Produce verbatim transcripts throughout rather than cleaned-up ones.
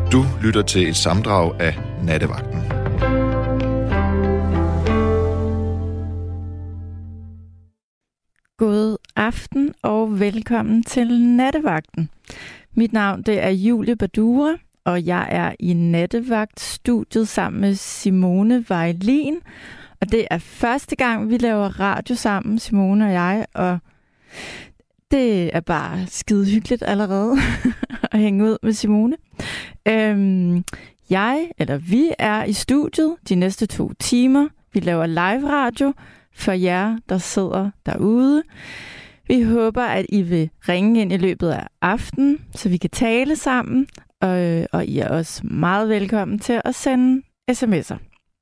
Du lytter til et sammendrag af Nattevagten. God aften og velkommen til Nattevagten. Mit navn det er Julie Badura, og jeg er i Nattevagtstudiet sammen med Simone Vejlin. Og det er første gang, vi laver radio sammen, Simone og jeg, og det er bare skide hyggeligt allerede at hænge ud med Simone. Øhm, jeg, eller vi, er i studiet de næste to timer. Vi laver live radio for jer, der sidder derude. Vi håber, at I vil ringe ind i løbet af aftenen, så vi kan tale sammen. Og, og I er også meget velkommen til at sende sms'er.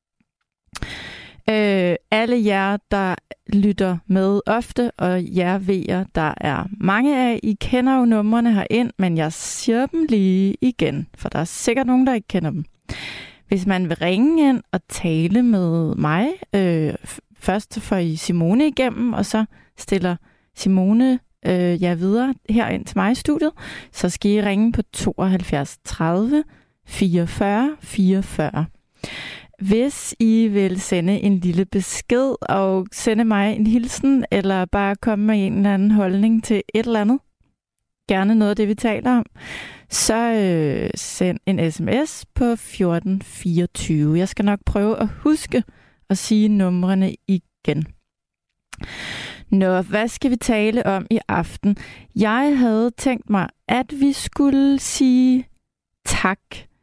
Øh, alle jer, der lytter med ofte, og jer vejer, der er mange af, I kender jo numrene herind, men jeg siger dem lige igen, for der er sikkert nogen, der ikke kender dem. Hvis man vil ringe ind og tale med mig, øh, først får I Simone igennem, og så stiller Simone øh, jer videre herind til mig i studiet, så skal I ringe på tooghalvfjerds tredive fireogfyrre fireogfyrre. Hvis I vil sende en lille besked og sende mig en hilsen, eller bare komme med en eller anden holdning til et eller andet, gerne noget af det, vi taler om, så øh, send en sms på fjorten fireogtyve. Jeg skal nok prøve at huske at sige numrene igen. Nå, hvad skal vi tale om i aften? Jeg havde tænkt mig, at vi skulle sige tak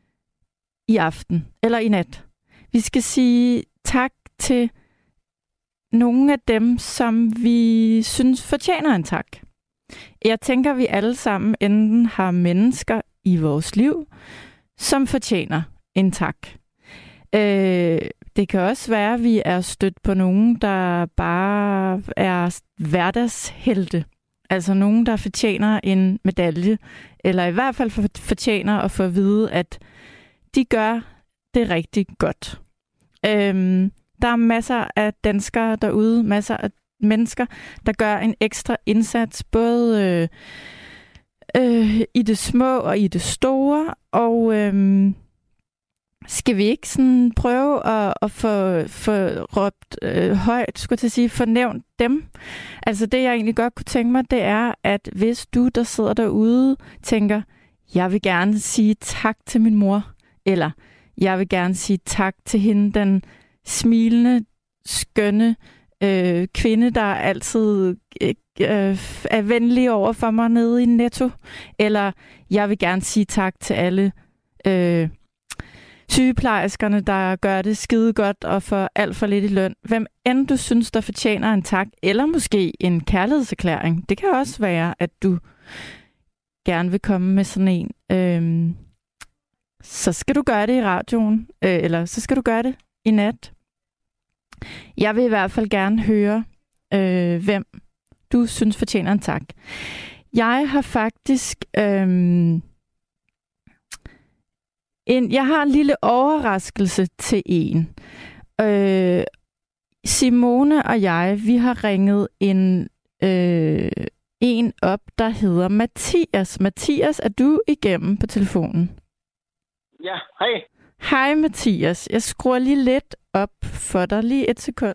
i aften, eller i nat. Vi skal sige tak til nogle af dem, som vi synes fortjener en tak. Jeg tænker, vi alle sammen enten har mennesker i vores liv, som fortjener en tak. Øh, det kan også være, at vi er stødt på nogen, der bare er hverdagshelte. Altså nogen, der fortjener en medalje, eller i hvert fald fortjener at få at vide, at de gør det rigtig godt. Øhm, der er masser af danskere derude, masser af mennesker, der gør en ekstra indsats, både øh, øh, i det små og i det store. Og øh, skal vi ikke sådan prøve at, at få, få råbt øh, højt, skulle jeg til at sige, fornævnt dem? Altså det, jeg egentlig godt kunne tænke mig, det er, at hvis du, der sidder derude, tænker, jeg vil gerne sige tak til min mor, eller jeg vil gerne sige tak til hende, den smilende, skønne øh, kvinde, der altid øh, er venlig over for mig nede i Netto. Eller jeg vil gerne sige tak til alle øh, sygeplejerskerne, der gør det skide godt og får alt for lidt i løn. Hvem end du synes, der fortjener en tak, eller måske en kærlighedserklæring. Det kan også være, at du gerne vil komme med sådan en. Øh, så skal du gøre det i radioen, øh, eller så skal du gøre det i nat. Jeg vil i hvert fald gerne høre, øh, hvem du synes fortjener en tak. Jeg har faktisk øh, en, jeg har en lille overraskelse til en. Øh, Simone og jeg, vi har ringet en øh, en op, der hedder Mathias. Mathias, er du igennem på telefonen? Ja, hej. Hej Mathias. Jeg skruer lige lidt op for dig. Lige et sekund.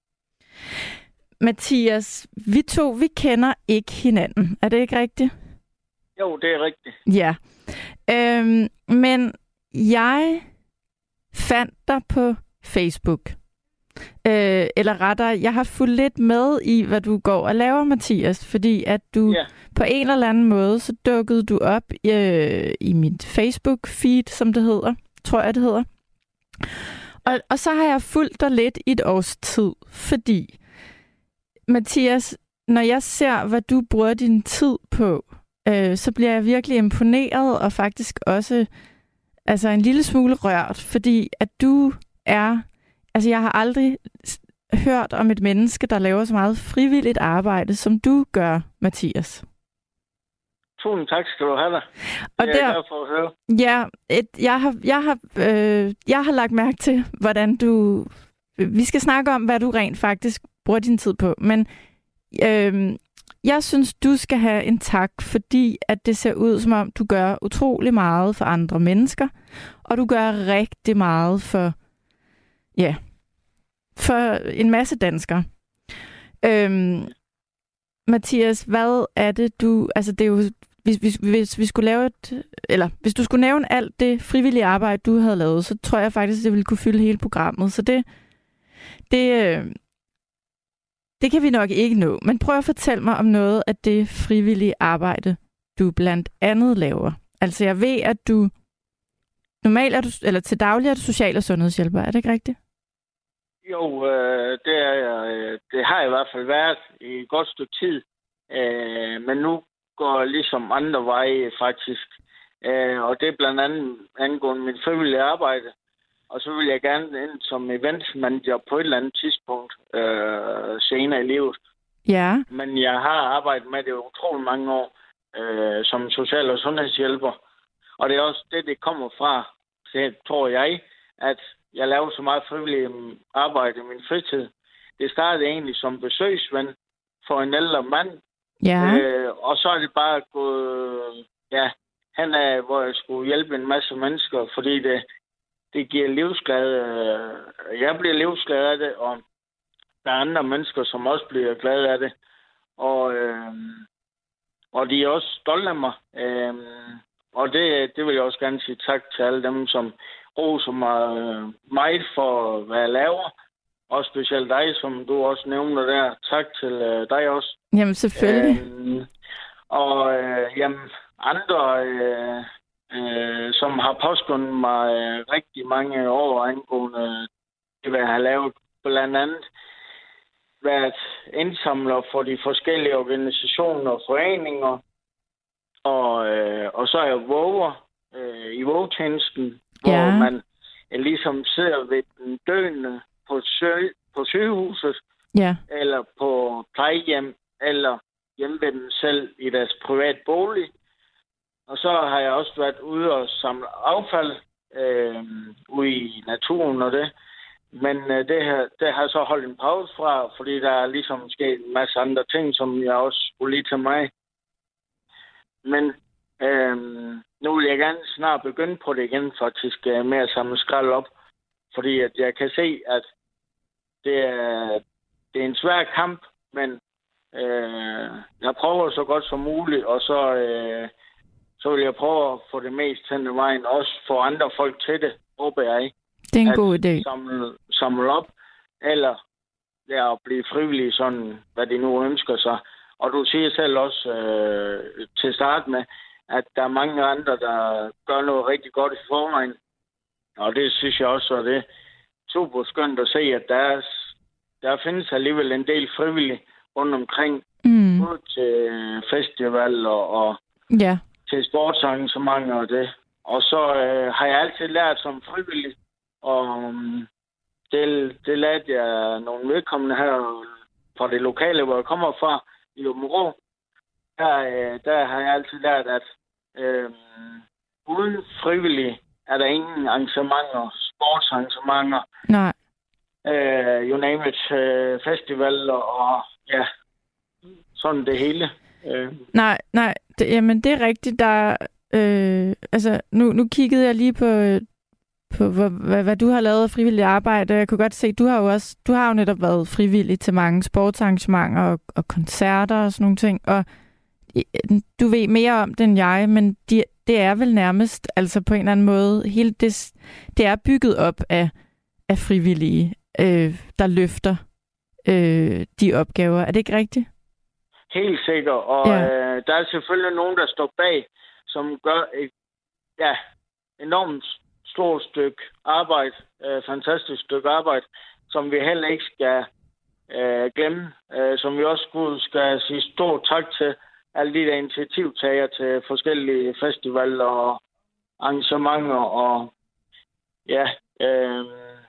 Mathias, vi to, vi kender ikke hinanden. Er det ikke rigtigt? Jo, det er rigtigt. Ja. Øhm, men jeg fandt dig på Facebook. Øh, eller rettere, jeg har fulgt lidt med i, hvad du går og laver, Mathias, fordi at du Ja. på en eller anden måde, så dukkede du op øh, i mit Facebook-feed, som det hedder, tror jeg, det hedder. Og, og så har jeg fulgt dig lidt i et års tid, fordi, Mathias, når jeg ser, hvad du bruger din tid på, øh, så bliver jeg virkelig imponeret, og faktisk også altså en lille smule rørt, fordi at du er... Altså, jeg har aldrig hørt om et menneske, der laver så meget frivilligt arbejde, som du gør, Mathias. Tusind tak skal du have dig. Og det er der, jeg glad for at høre. Ja, et, jeg, har, jeg, har, øh, jeg har lagt mærke til, hvordan du... Vi skal snakke om, hvad du rent faktisk bruger din tid på, men øh, jeg synes, du skal have en tak, fordi at det ser ud, som om du gør utrolig meget for andre mennesker, og du gør rigtig meget for, ja, for en masse danskere. Øhm, Mathias, hvad er det, du... Altså, det er jo... Hvis, hvis, hvis vi skulle lave et... Eller, hvis du skulle nævne alt det frivillige arbejde, du havde lavet, så tror jeg faktisk, det ville kunne fylde hele programmet. Så det... Det... Øh, Det kan vi nok ikke nå, men prøv at fortælle mig om noget af det frivillige arbejde, du blandt andet laver. Altså jeg ved, at du normalt er du, eller til daglig er du social- og sundhedshjælper, er det ikke rigtigt? Jo, øh, det, er, det har jeg i hvert fald været i et godt stykke tid. Øh, men nu går jeg ligesom andre veje faktisk. Øh, og det er blandt andet angående mit frivillige arbejde. Og så vil jeg gerne ind som eventmanager på et eller andet tidspunkt øh, senere i livet. Ja. Men jeg har arbejdet med det utrolig mange år øh, som social- og sundhedshjælper. Og det er også det, det kommer fra, det tror jeg, at jeg laver så meget frivilligt arbejde i min fritid. Det startede egentlig som besøgsven for en ældre mand. Ja. Øh, og så er det bare gået ja, hen af, hvor jeg skulle hjælpe en masse mennesker, fordi det Det giver livsglæde. Jeg bliver livsglad af det, og der er andre mennesker, som også bliver glade af det. Og, øh, og de er også stolte af mig. Øh, og det, det vil jeg også gerne sige tak til alle dem, som roser mig meget for, hvad jeg laver. Og specielt dig, som du også nævner der. Tak til dig også. Jamen selvfølgelig. Øh, og øh, jamen, andre... Øh, Øh, som har påskyndet mig øh, rigtig mange år angående det, hvad jeg har lavet. Blandt andet været indsamler for de forskellige organisationer og foreninger. Og, øh, og så er jeg våger øh, i vågetjenesten, ja. Hvor man øh, ligesom sidder ved den døende på, sø- på sygehuset, ja. Eller på plejehjem, eller hjemme ved dem selv i deres private bolig. Og så har jeg også været ude og samle affald øh, ude i naturen og det. Men øh, det, her, det har jeg så holdt en pause fra, fordi der er ligesom sket en masse andre ting, som jeg også skulle lige tage mig. Men øh, nu vil jeg gerne snart begynde på det igen, faktisk med at samle skrald op. Fordi at jeg kan se, at det er, det er en svær kamp, men øh, jeg prøver så godt som muligt, og så... Øh, Så vil jeg prøve at få det mest hen ad vejen, også få andre folk til det, håber jeg. Det er en god idé. Samle, samle op, eller ja, at blive frivillig, sådan, hvad de nu ønsker sig. Og du siger selv også øh, til start med, at der er mange andre, der gør noget rigtig godt i forvejen. Og det synes jeg også, at det er super skønt at se, at der, er, der findes alligevel en del frivillige rundt omkring. Mm. Både til festival og... og ja. til sportsarrangementer og det. Og så øh, har jeg altid lært som frivillig, og um, det, det lærte jeg nogle vedkommende her fra det lokale, hvor jeg kommer fra, i Aabenraa. Der, øh, der har jeg altid lært, at øh, uden frivillig er der ingen arrangementer, sportsarrangementer, nej. Øh, you name it, øh, festivaler og ja, sådan det hele. Øh. Nej, nej, det, jamen det er rigtigt. Der, øh, altså, nu, nu kiggede jeg lige på, på hvad, hvad du har lavet af frivilligt arbejde. Jeg kunne godt se, du har jo også, du har jo netop været frivillig til mange sportsarrangementer og, og koncerter og sådan nogle ting. Og du ved mere om det end jeg, men de, det er vel nærmest, altså på en eller anden måde, hele det, det er bygget op af, af frivillige, øh, der løfter øh, de opgaver. Er det ikke rigtigt? Helt sikkert, og ja. øh, der er selvfølgelig nogen, der står bag, som gør et ja, enormt stort stykke arbejde, øh, fantastisk stykke arbejde, som vi heller ikke skal øh, glemme, øh, som vi også skal sige stort tak til alle de der initiativtager til forskellige festivaler og arrangementer og ja, øh,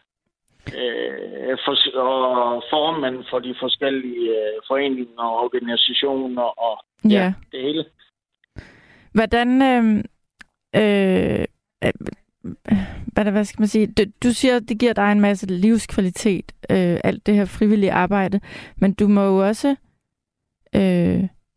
øh, for, og formand for de forskellige øh, foreninger og organisationer og ja, ja det hele. Hvordan øh, øh, hvad, hvad skal man sige? Du, du siger, at det giver dig en masse livskvalitet, øh, alt det her frivillige arbejde, men du må jo også øh,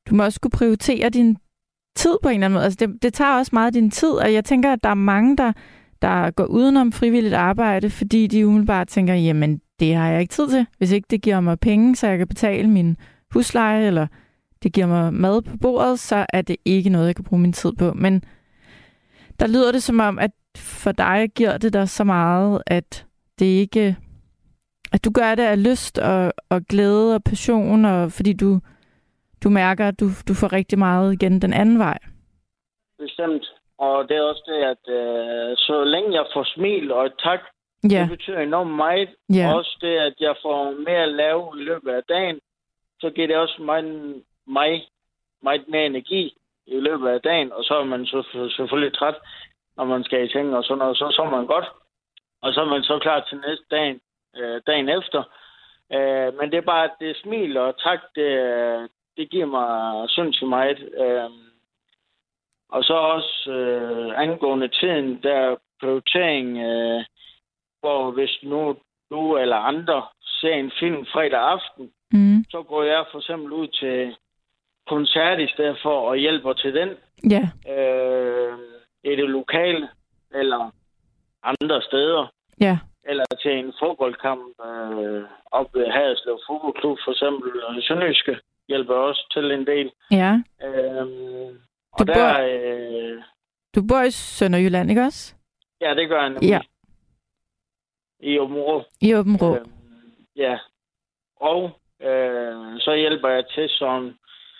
du må også kunne prioritere din tid på en eller anden måde. Altså det, det tager også meget af din tid, og jeg tænker, at der er mange, der, der går udenom frivilligt arbejde, fordi de umiddelbart tænker, jamen, det har jeg ikke tid til. Hvis ikke det giver mig penge, så jeg kan betale min husleje, eller det giver mig mad på bordet, så er det ikke noget, jeg kan bruge min tid på. Men der lyder det som om, at for dig giver det dig så meget, at det ikke, at du gør det af lyst og, og glæde og passion, og fordi du, du mærker, at du, du får rigtig meget igen den anden vej. Bestemt. Og det er også det, at øh, så længe jeg får smil og et tak, Ja. det betyder enormt meget. Ja. Også det, at jeg får mere at lave i løbet af dagen, så giver det også mig, mig meget mere energi i løbet af dagen. Og så er man så, selvfølgelig træt, når man skal i seng og sådan noget. Så så er man godt. Og så er man så klar til næste dag, øh, dagen efter. Øh, men det er bare, at det smil og tak, det, det giver mig sindssygt meget. Øh, og så også øh, angående tiden, der er prioritering, øh, hvor hvis nu du eller andre ser en film fredag aften, Mm. så går jeg for eksempel ud til koncert i stedet for at hjælpe til den. Ja. Øh, i det lokale, eller andre steder. Ja. Eller til en fodboldkamp øh, op ved Haderslev Fodboldklub, for eksempel, og Sønderjyske hjælper også til en del. Ja. Øhm, Du og der, bor- øh, Du bor i Sønderjylland, ikke også? ja, det gør jeg nemlig. Ja. I Åbenrå. I Åben Rå. Øhm, ja. Og øh, så hjælper jeg til sådan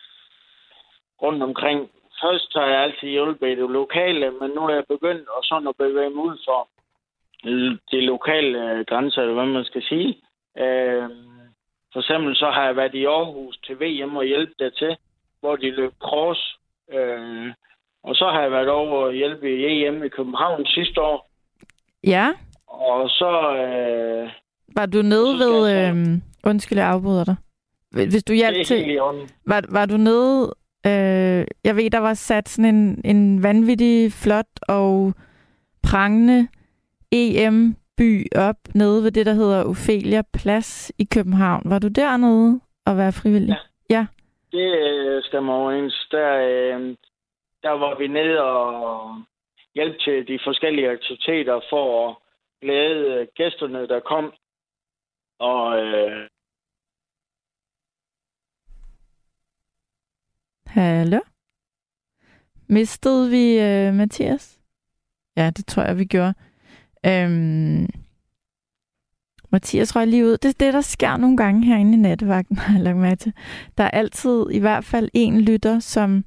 rundt omkring. Først har jeg altid hjulpet i det lokale, men nu er jeg begyndt og sådan at bevæge mig ud for de lokale grænser, eller hvad man skal sige. Øh, for eksempel så har jeg været i Aarhus til V M og hjælpe der til, hvor de løb cross. Øh, og så har jeg været over og hjælpe i E M i København sidste år. Ja. Og så... Øh, Var du nede så skal ved... jeg så- Øh, undskyld, jeg afbryder dig. Hvis du hjalp det er til... helt i orden. Var, var du nede... Øh, jeg ved, der var sat sådan en, en vanvittig, flot og prangende E M-by op nede ved det, der hedder Ophelia Plads i København. Var du dernede og være frivillig? Ja. Ja. Det øh, stemmer overens. Der, øh, der var vi nede og hjælpe til de forskellige aktiviteter for at glæde øh, gæsterne, der kom. Og øh, Hallo? Mistede vi øh, Mathias? Ja, det tror jeg, vi gjorde. Øhm, Mathias røg lige ud. Det er det, der sker nogle gange herinde i nattevagten, har jeg lagt mærke til. Der er altid i hvert fald en lytter, som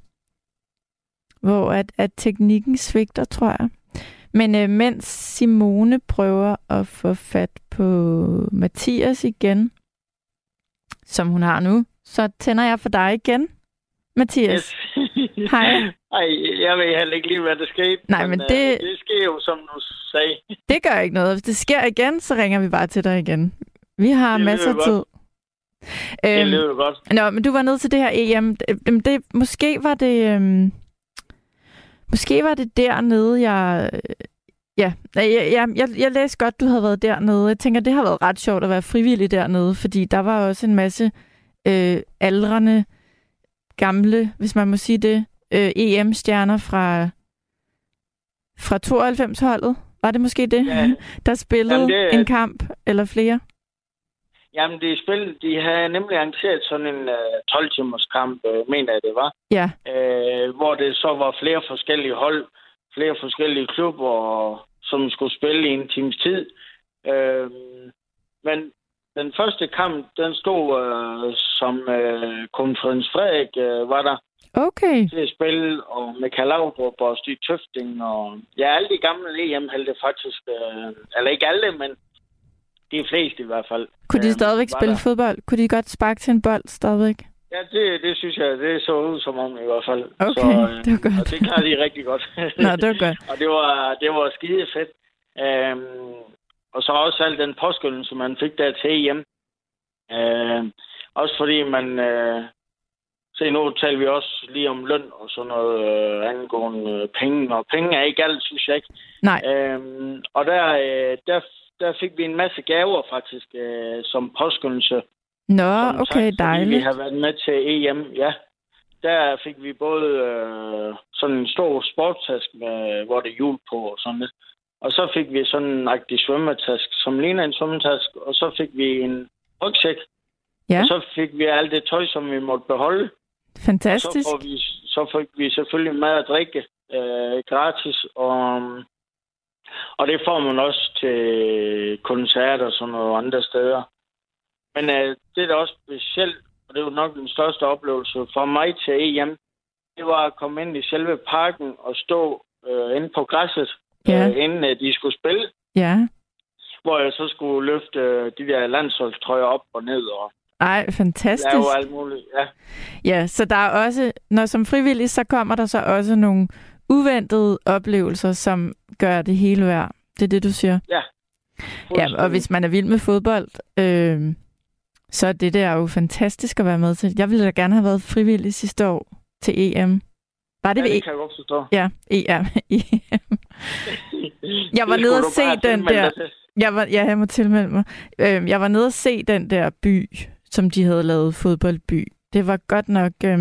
hvor at, at teknikken svigter, tror jeg. Men øh, mens Simone prøver at få fat på Mathias igen, som hun har nu, så tænder jeg for dig igen, Mathias. yes. Hej. Ej, jeg ved heller ikke lige, hvad der skete. Nej, men det- Øh, det sker jo, som du sagde. Det gør ikke noget. Hvis det sker igen, så ringer vi bare til dig igen. Vi har Det masser af lyder tid. Det Øhm, lyder jo godt. nå, men du var nede til det her E M. Det, det, måske var det... Øhm, måske var det dernede, jeg... Ja, jeg, jeg, jeg, jeg læste godt, du havde været dernede. Jeg tænker, det har været ret sjovt at være frivillig dernede, fordi der var også en masse øh, aldrende, gamle, hvis man må sige det, øh, E M-stjerner fra, fra tooghalvfems-holdet. Var det måske det, Ja. der spillede Jamen, det- en kamp eller flere? Jamen, de, spil, de havde nemlig arrangeret sådan en uh, tolv-timers kamp, uh, mener jeg det var. Ja, Uh, hvor det så var flere forskellige hold, flere forskellige klubber, som skulle spille i en times tid. Uh, men den første kamp, den stod uh, som uh, Kronprins Frederik uh, var der okay. til at spille, og Michael Laudrup og Stig Tøfting, og ja, alle de gamle E M-helte faktisk, uh, eller ikke alle, men de fleste i hvert fald. Kunne de øh, stadigvæk var spille der. fodbold? Kunne de godt sparke til en bold stadigvæk? Ja, det, det synes jeg, det så ud som om i hvert fald. Okay, så, øh, det var godt. Og det klarer de rigtig godt. Nå, det var godt. og det var, det var skide fedt. Øhm, og så også al den påskyndelse, man fik der til hjem. Øhm, også fordi man... Øh, se, nu taler vi også lige om løn og sådan noget øh, angående penge. Og penge er ikke alt, synes jeg ikke. Nej. Øhm, og der, øh, der, der fik vi en masse gaver faktisk, øh, som påskyndelse. Nå, Som okay, tak, fordi vi dejligt. har været med til E M, ja. der fik vi både øh, sådan en stor sportstask, med, hvor det er hjul på og sådan lidt. Og så fik vi sådan en agtig svømmetask, som ligner en svømmetask. Og så fik vi en rygsæk. Ja. Og så fik vi alt det tøj, som vi måtte beholde. Fantastisk. Og så, vi, så fik vi selvfølgelig mad og drikke øh, gratis. Og, og det får man også til koncerter og sådan noget andre steder. Men øh, det er da også specielt, og det var nok den største oplevelse for mig til E M. Det var at komme ind i selve parken og stå øh, inde på græsset, Ja. øh, inden øh, de skulle spille. Ja. Hvor jeg så skulle løfte øh, de der landsholdstrøjer op og ned og Ej, fantastisk. lave alt muligt. Ja. Ja, så der er også, når som frivillig, så kommer der så også nogle uventede oplevelser, som gør det hele værd. Det er det, du siger? Ja. Ja, og hvis man er vild med fodbold, øh, så er det der jo fantastisk at være med til. Jeg ville da gerne have været frivillig sidste år til E M. Var det ja, ved det kan jeg godt forstå. Ja, E M. Jeg var nede og se den der... Jeg var, ja, jeg må tilmelde mig. Øh, jeg var nede og se den der by, som de havde lavet, fodboldby. Det var godt nok... Øh,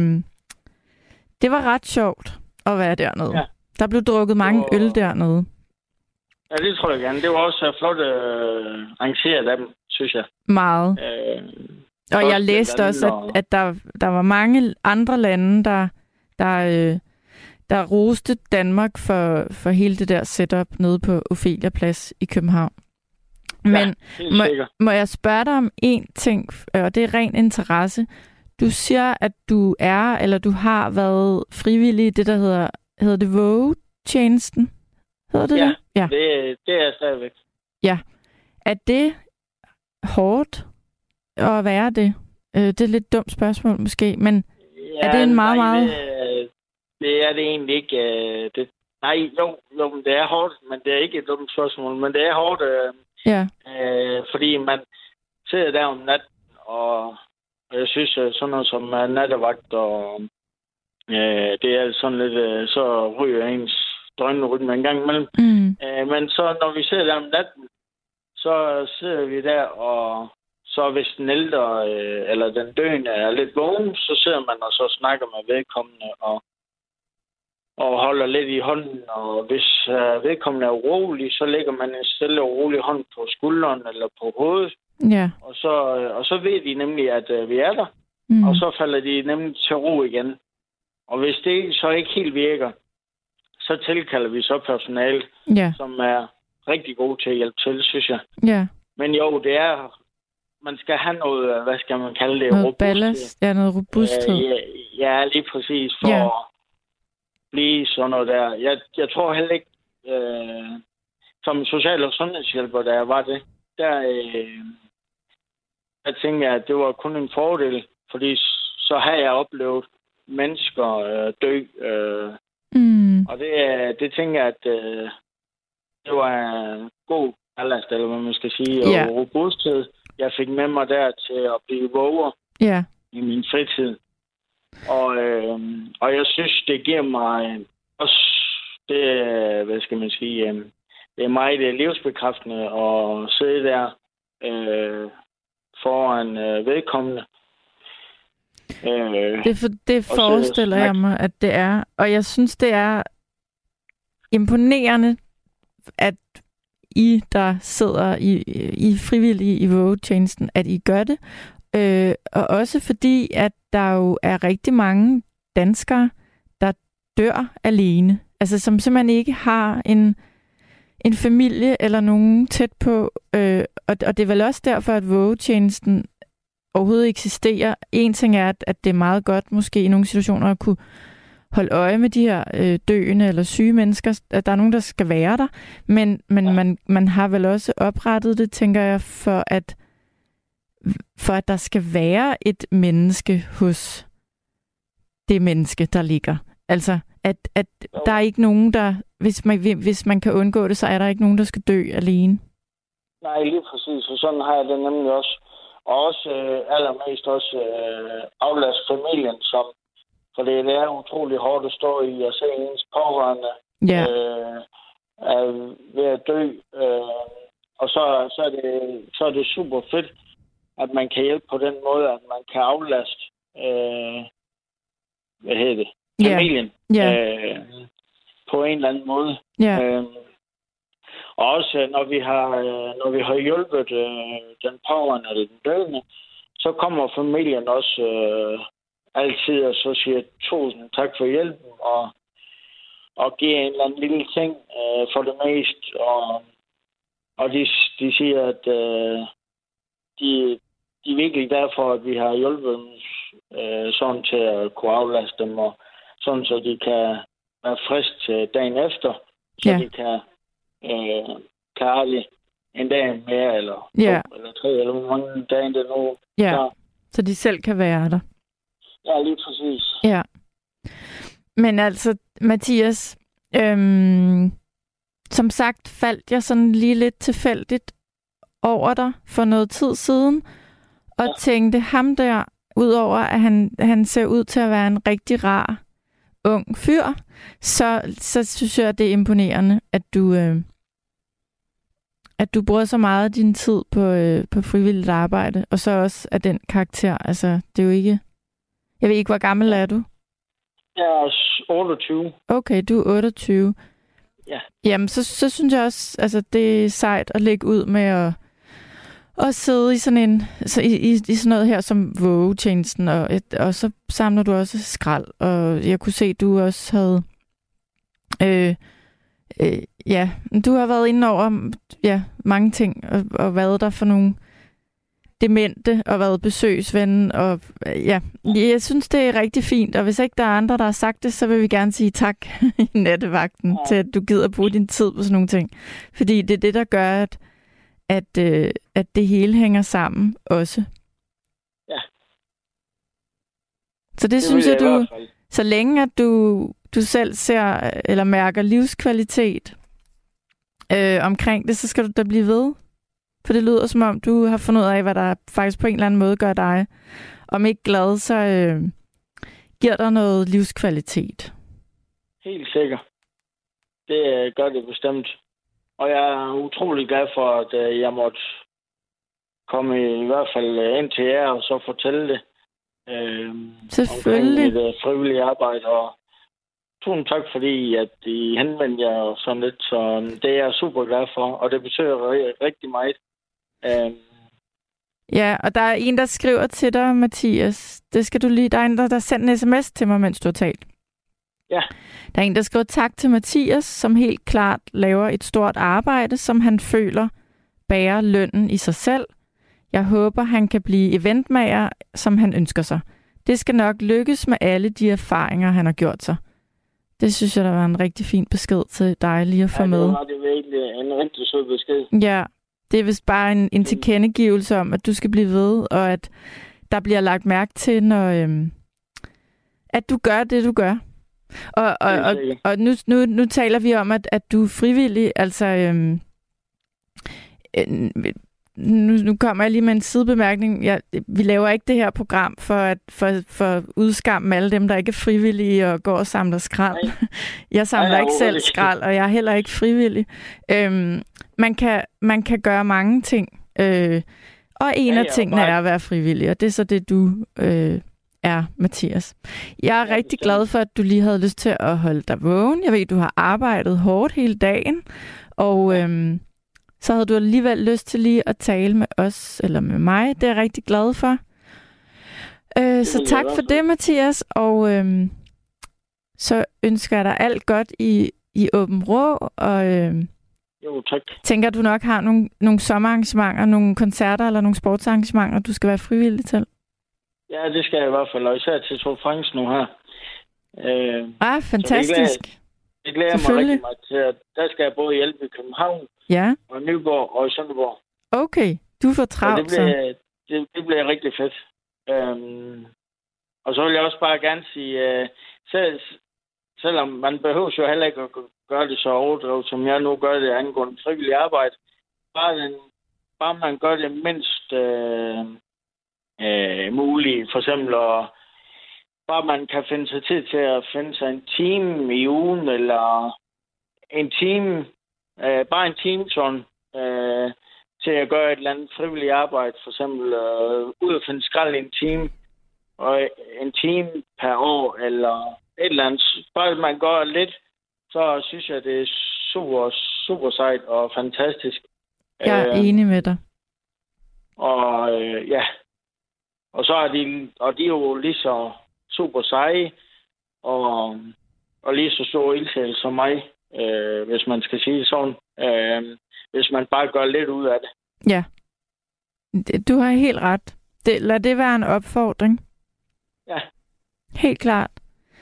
det var ret sjovt at være dernede. Ja. Der blev drukket mange var... øl dernede. Ja, det tror jeg gerne. Det var også flot øh, arrangeret af dem, synes jeg. Meget. Øh, og jeg læste også, at, og... at der, der var mange andre lande, der, der, øh, der roste Danmark for, for hele det der setup nede på Ophelia Plads i København. Men ja, må, må jeg spørge dig om én ting, og det er ren interesse. Du siger, at du er, eller du har været frivillig i det, der hedder, hedder det vågetjenesten? Hedder det ja, det? Ja, det, det er stadigvæk. Ja. Er det hårdt at være det? Det er et lidt dumt spørgsmål måske, men ja, er det en meget, nej, meget... Det, det er det egentlig ikke. Det, nej, jo, jo, det er hårdt, men det er ikke et dumt spørgsmål, men det er hårdt, øh, ja. øh, fordi man sidder der om natten, og jeg synes, sådan noget som nattevagt, og øh, det er sådan lidt, øh, så ryger ens drønrytme en gang imellem. Mm. Øh, men så når vi sidder der om natten, så sidder vi der, og så hvis den ældre øh, eller den døende er lidt vågen, så sidder man og så snakker med vedkommende og, og holder lidt i hånden. Og hvis øh, vedkommende er urolig, så lægger man en stille og rolig hånd på skulderen eller på hovedet. Ja. Og, så, øh, og så ved de nemlig, at øh, vi er der. Mm. Og så falder de nemlig til ro igen. Og hvis det så ikke helt virker, så tilkalder vi så personale, ja. som er rigtig gode til at hjælpe til, synes jeg. Ja. Men jo, det er... Man skal have noget, hvad skal man kalde det? Noget ballast, ja, noget robusthed. Ja, ja, lige præcis, for ja. at blive sådan noget der. Jeg, jeg tror heller ikke, øh, som social- og sundhedshjælper, der var det, der, øh, jeg tænker, at det var kun en fordel, fordi så har jeg oplevet mennesker øh, dø. Øh, mm. Og det, det tænker jeg, at øh, det var en god ballast, eller hvad man skal sige, og ja. robusthed. Jeg fik med mig der til at blive våger ja. i min fritid. Og, øh, og jeg synes, det giver mig også, det, hvad skal man sige, øh, det er meget det livsbekræftende at sidde der øh, foran øh, vedkommende. Øh, det, for, det forestiller jeg mig, at det er. Og jeg synes, det er imponerende, at I, der sidder i, i frivillige i vågetjenesten, at I gør det. Øh, og også fordi, at der jo er rigtig mange danskere, der dør alene. Altså som simpelthen ikke har en, en familie eller nogen tæt på. Øh, og, og det er vel også derfor, at vågetjenesten overhovedet eksisterer. En ting er, at, at det er meget godt måske i nogle situationer at kunne holde øje med de her øh, døende eller syge mennesker. At der er nogen, der skal være der. Men, men ja. man, man har vel også oprettet det, tænker jeg, for at, for at der skal være et menneske hos det menneske, der ligger. Altså, at, at der er ikke nogen, der... Hvis man, hvis man kan undgå det, så er der ikke nogen, der skal dø alene. Nej, lige præcis. Og sådan har jeg det nemlig også. Og også øh, allermest også øh, aflast familien, som for det er utrolig hårdt at stå i at se ens pårørende ja. øh, er ved at dø. Øh, og så, så, er det, så er det super fedt, at man kan hjælpe på den måde, at man kan aflaste øh, hvad hedder det, Yeah. familien Yeah. øh, på en eller anden måde. Yeah. Øh, og også når vi har, øh, når vi har hjulpet øh, den pårørende eller den døende, så kommer familien også øh, altid og så siger tusind tak for hjælpen, og, og giver en eller anden lille ting øh, for det mest. Og, og de, de siger, at øh, de, de er virkelig derfor, at vi har hjulpet dem øh, sådan til at kunne aflaste dem, og sådan så de kan være frisk til dagen efter, så Ja. de kan øh, klare en dag mere, eller Ja. to, eller tre, eller hvor mange dage det nu. Ja. Så, Så de selv kan være der. ja, lige præcis. Ja. Men altså, Mathias, øhm, som sagt faldt jeg sådan lige lidt tilfældigt over dig for noget tid siden, og Ja. tænkte ham der, udover at han, han ser ud til at være en rigtig rar ung fyr, så, så synes jeg, det er imponerende, at du, øh, at du bruger så meget af din tid på, øh, på frivilligt arbejde, og så også af den karakter. Altså, det er jo ikke... Jeg ved ikke, hvor gammel er du? Jeg er otteogtyve. Okay, du er otteogtyve. Ja. Jamen, så, så synes jeg også, altså, det er sejt at lægge ud med at, at sidde i sådan en, så i, i, i sådan noget her som vågetjenesten, og, og så samler du også skrald, og jeg kunne se, at du også havde, øh, øh, ja, du har været inde over, ja, mange ting, og, og været der for nogle demente, og været besøgsven, og ja, jeg synes, det er rigtig fint, og hvis ikke der er andre, der har sagt det, så vil vi gerne sige tak i nattevagten, ja. Til at du gider bruge din tid på sådan nogle ting. Fordi det er det, der gør, at, at, øh, at det hele hænger sammen også. Ja. Så det, det synes jeg, jeg du, så længe at du, du selv ser, eller mærker livskvalitet øh, omkring det, så skal du da blive ved. For det lyder som om, du har fundet ud af, hvad der faktisk på en eller anden måde gør dig. Om ikke glad, så øh, giver dig noget livskvalitet. Helt sikkert. Det øh, gør det bestemt. Og jeg er utrolig glad for, at øh, jeg måtte komme i, i hvert fald ind til jer og så fortælle det. Øh, Selvfølgelig. Omkring mit øh, frivillige arbejde. Og tusind tak, fordi at I henvendte jer og sådan lidt. Så det er jeg super glad for, og det betyder r- rigtig meget. Um, ja, og der er en, der skriver til dig, Mathias. Det skal du lige... Der er en, der, der sender en sms til mig, mens du har talt. Ja. Der er en, der skriver tak til Mathias, som helt klart laver et stort arbejde, som han føler bærer lønnen i sig selv. Jeg håber, han kan blive eventmager, som han ønsker sig. Det skal nok lykkes med alle de erfaringer, han har gjort sig. Det synes jeg, der var en rigtig fin besked til dig lige at få ja, med. Ja, det var det virkelig en rigtig sød besked. Ja, det er vist bare en, en tilkendegivelse om, at du skal blive ved, og at der bliver lagt mærke til, når øhm, at du gør det, du gør. Og, og, og, og nu, nu, nu taler vi om, at, at du er frivillig. Altså, øhm, øh, nu, nu kommer jeg lige med en sidebemærkning. Jeg, vi laver ikke det her program for at for, for udskamme alle dem, der ikke er frivillige og går og samler skrald. Nej. Jeg samler Nej, ikke selv skrald, og jeg er heller ikke frivillig. Øhm, man, kan, man kan gøre mange ting. Øh, og en ja, af tingene bare... er at være frivillig, og det er så det, du øh, er, Mathias. Jeg er ja, rigtig glad for, at du lige havde lyst til at holde dig vågen. Jeg ved, du har arbejdet hårdt hele dagen, og... Ja. Øhm, så havde du alligevel lyst til lige at tale med os, eller med mig. Det er jeg rigtig glad for. Øh, så tak for det, Mathias. Og øh, så ønsker jeg dig alt godt i, i Åben Rå. Og øh, jo, tak. Tænker du nok har nogle, nogle sommerarrangementer, nogle koncerter eller nogle sportsarrangementer, du skal være frivillig til? Ja, det skal jeg i hvert fald. Og især til Tour de France nu her. Øh, ah, fantastisk. Det glæder mig rigtig meget til, at der skal jeg både hjælpe i København, ja. og Nyborg og i Sønderborg. Okay, du får travlt, så. Det bliver, det, det bliver rigtig fedt. Øhm, og så vil jeg også bare gerne sige, øh, selv, selvom man behøver jo heller ikke at gøre det så overdrevet, som jeg nu gør det angående frivillig arbejde, bare, den, bare man gør det mindst øh, øh, muligt, for eksempel at bare man kan finde sig tid til at finde sig en time i ugen, eller en time, øh, bare en time sådan, øh, til at gøre et eller andet frivilligt arbejde, for eksempel øh, ud og finde skrald i en time, og en time per år, eller et eller andet. Bare man gør lidt, så synes jeg, det er super, super sejt og fantastisk. Jeg er øh, enig med dig. Og øh, ja, og så er de, og de er jo lige så super seje, og, og lige så stor ildsjæl som mig, øh, hvis man skal sige det sådan. Øh, hvis man bare gør lidt ud af det. Ja, du har helt ret. Det, lad det være en opfordring. Ja. Helt klart.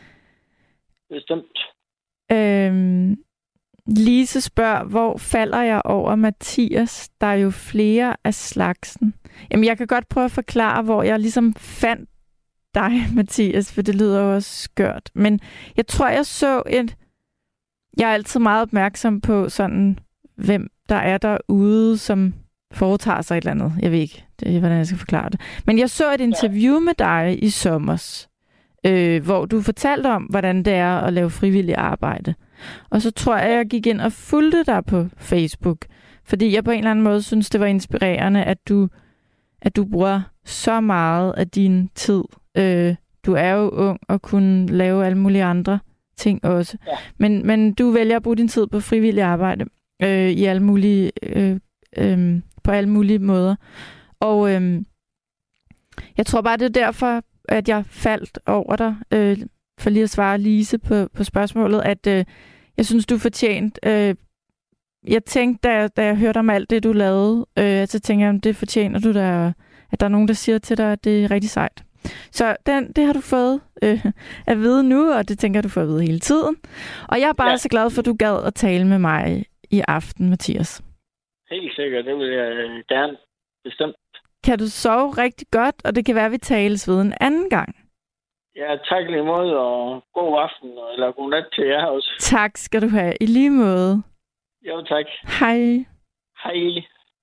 Bestemt. Øhm, Lise spørger, hvor falder jeg over Mathias? Der er jo flere af slagsen. Jamen, jeg kan godt prøve at forklare, hvor jeg ligesom fandt dig, Mathias, for det lyder jo også skørt. Men jeg tror, jeg så et... Jeg er altid meget opmærksom på sådan, hvem der er derude, som foretager sig et eller andet. Jeg ved ikke, det er, hvordan jeg skal forklare det. Men jeg så et interview med dig i sommers, øh, hvor du fortalte om, hvordan det er at lave frivillig arbejde. Og så tror jeg, jeg gik ind og fulgte dig på Facebook, fordi jeg på en eller anden måde synes, det var inspirerende, at du, at du bruger så meget af din tid. Øh, du er jo ung og kunne lave alle mulige andre ting også. Ja. Men, men du vælger at bruge din tid på frivillig arbejde øh, i alle mulige, øh, øh, på alle mulige måder. Og øh, jeg tror bare, det er derfor, at jeg faldt over dig, øh, for lige at svare Lise på, på spørgsmålet, at øh, jeg synes, du fortjent. Øh, jeg tænkte, da jeg, da jeg hørte om alt det, du lavede, øh, så tænkte jeg, at det fortjener du, der, at der er nogen, der siger til dig, at det er rigtig sejt. Så den, det har du fået øh, at vide nu, og det tænker du får at vide hele tiden. Og jeg er bare ja. så glad for, at du gad at tale med mig i aften, Mathias. Helt sikkert, det vil jeg gerne. Bestemt. Kan du sove rigtig godt, og det kan være, at vi tales ved en anden gang. Ja, tak lige måde, og god aften, eller god nat til jer også. Tak skal du have. I lige måde. Jo, tak. Hej. Hej.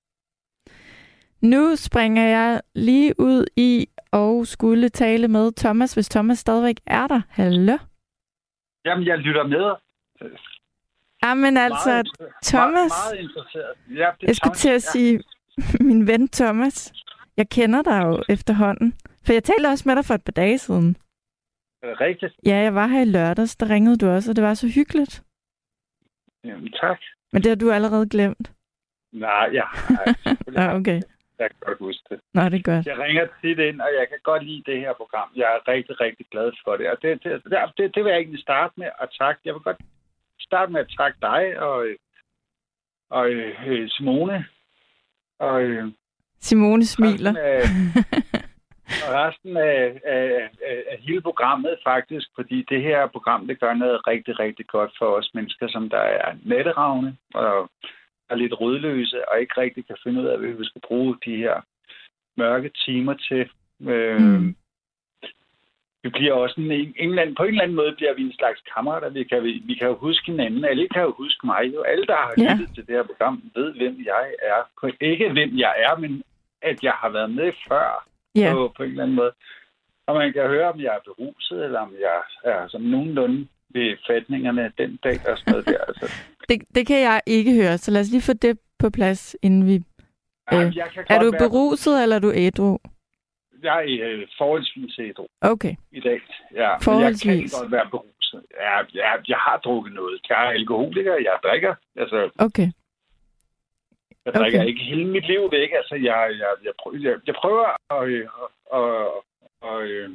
Nu springer jeg lige ud i og skulle tale med Thomas, hvis Thomas stadigvæk er der. Hallo? Jamen, jeg lytter med. Jamen altså, meget, Thomas. Meget, meget interesseret. Ja, det jeg skulle til at sige, ja. Min ven Thomas, jeg kender dig jo efterhånden. For jeg talte også med dig for et par dage siden. Er det rigtigt? Ja, jeg var her i lørdags, der ringede du også, og det var så hyggeligt. Jamen, tak. Men det har du allerede glemt. Nej, ja. Ja, okay. Jeg kan godt huske det. Nå, det er godt. Jeg ringer tit ind, og jeg kan godt lide det her program. Jeg er rigtig, rigtig glad for det. Og det, det, det, det vil jeg egentlig starte med at takke. Jeg vil godt starte med at takke dig og, og øh, Simone. Og, øh, Simone smiler. Resten af, og resten af, af, af, af hele programmet faktisk, fordi det her program, det gør noget rigtig, rigtig godt for os mennesker, som der er natteravne og er lidt rødløse, og ikke rigtig kan finde ud af, hvad vi skal bruge de her mørke timer til. Øh, mm. Vi bliver også en, en, en anden, på en eller anden måde bliver vi en slags kammerater. Vi kan, vi, vi kan jo huske hinanden. Alle kan jo huske mig. Jo. Alle, der har yeah. lyttet til det her program, ved, hvem jeg er. Ikke hvem jeg er, men at jeg har været med før yeah. på, på en eller anden måde. Og man kan høre, om jeg er beruset, eller om jeg er som nogenlunde ved fatningerne den dag og sådan noget der. Altså. Det, det kan jeg ikke høre, så lad os lige få det på plads, inden vi... Øh, øh, er du beruset, være... eller er du ædru? Jeg er øh, forholdsvis ædru. Okay. I dag, ja. Forholdsvis. Men jeg kan godt være beruset. Ja, jeg, jeg har drukket noget. Jeg er alkoholiker, jeg drikker. Altså, okay. Jeg drikker okay. ikke hele mit liv væk. Altså, jeg, jeg, jeg, prøver, jeg, jeg prøver at... Øh, og, og, øh,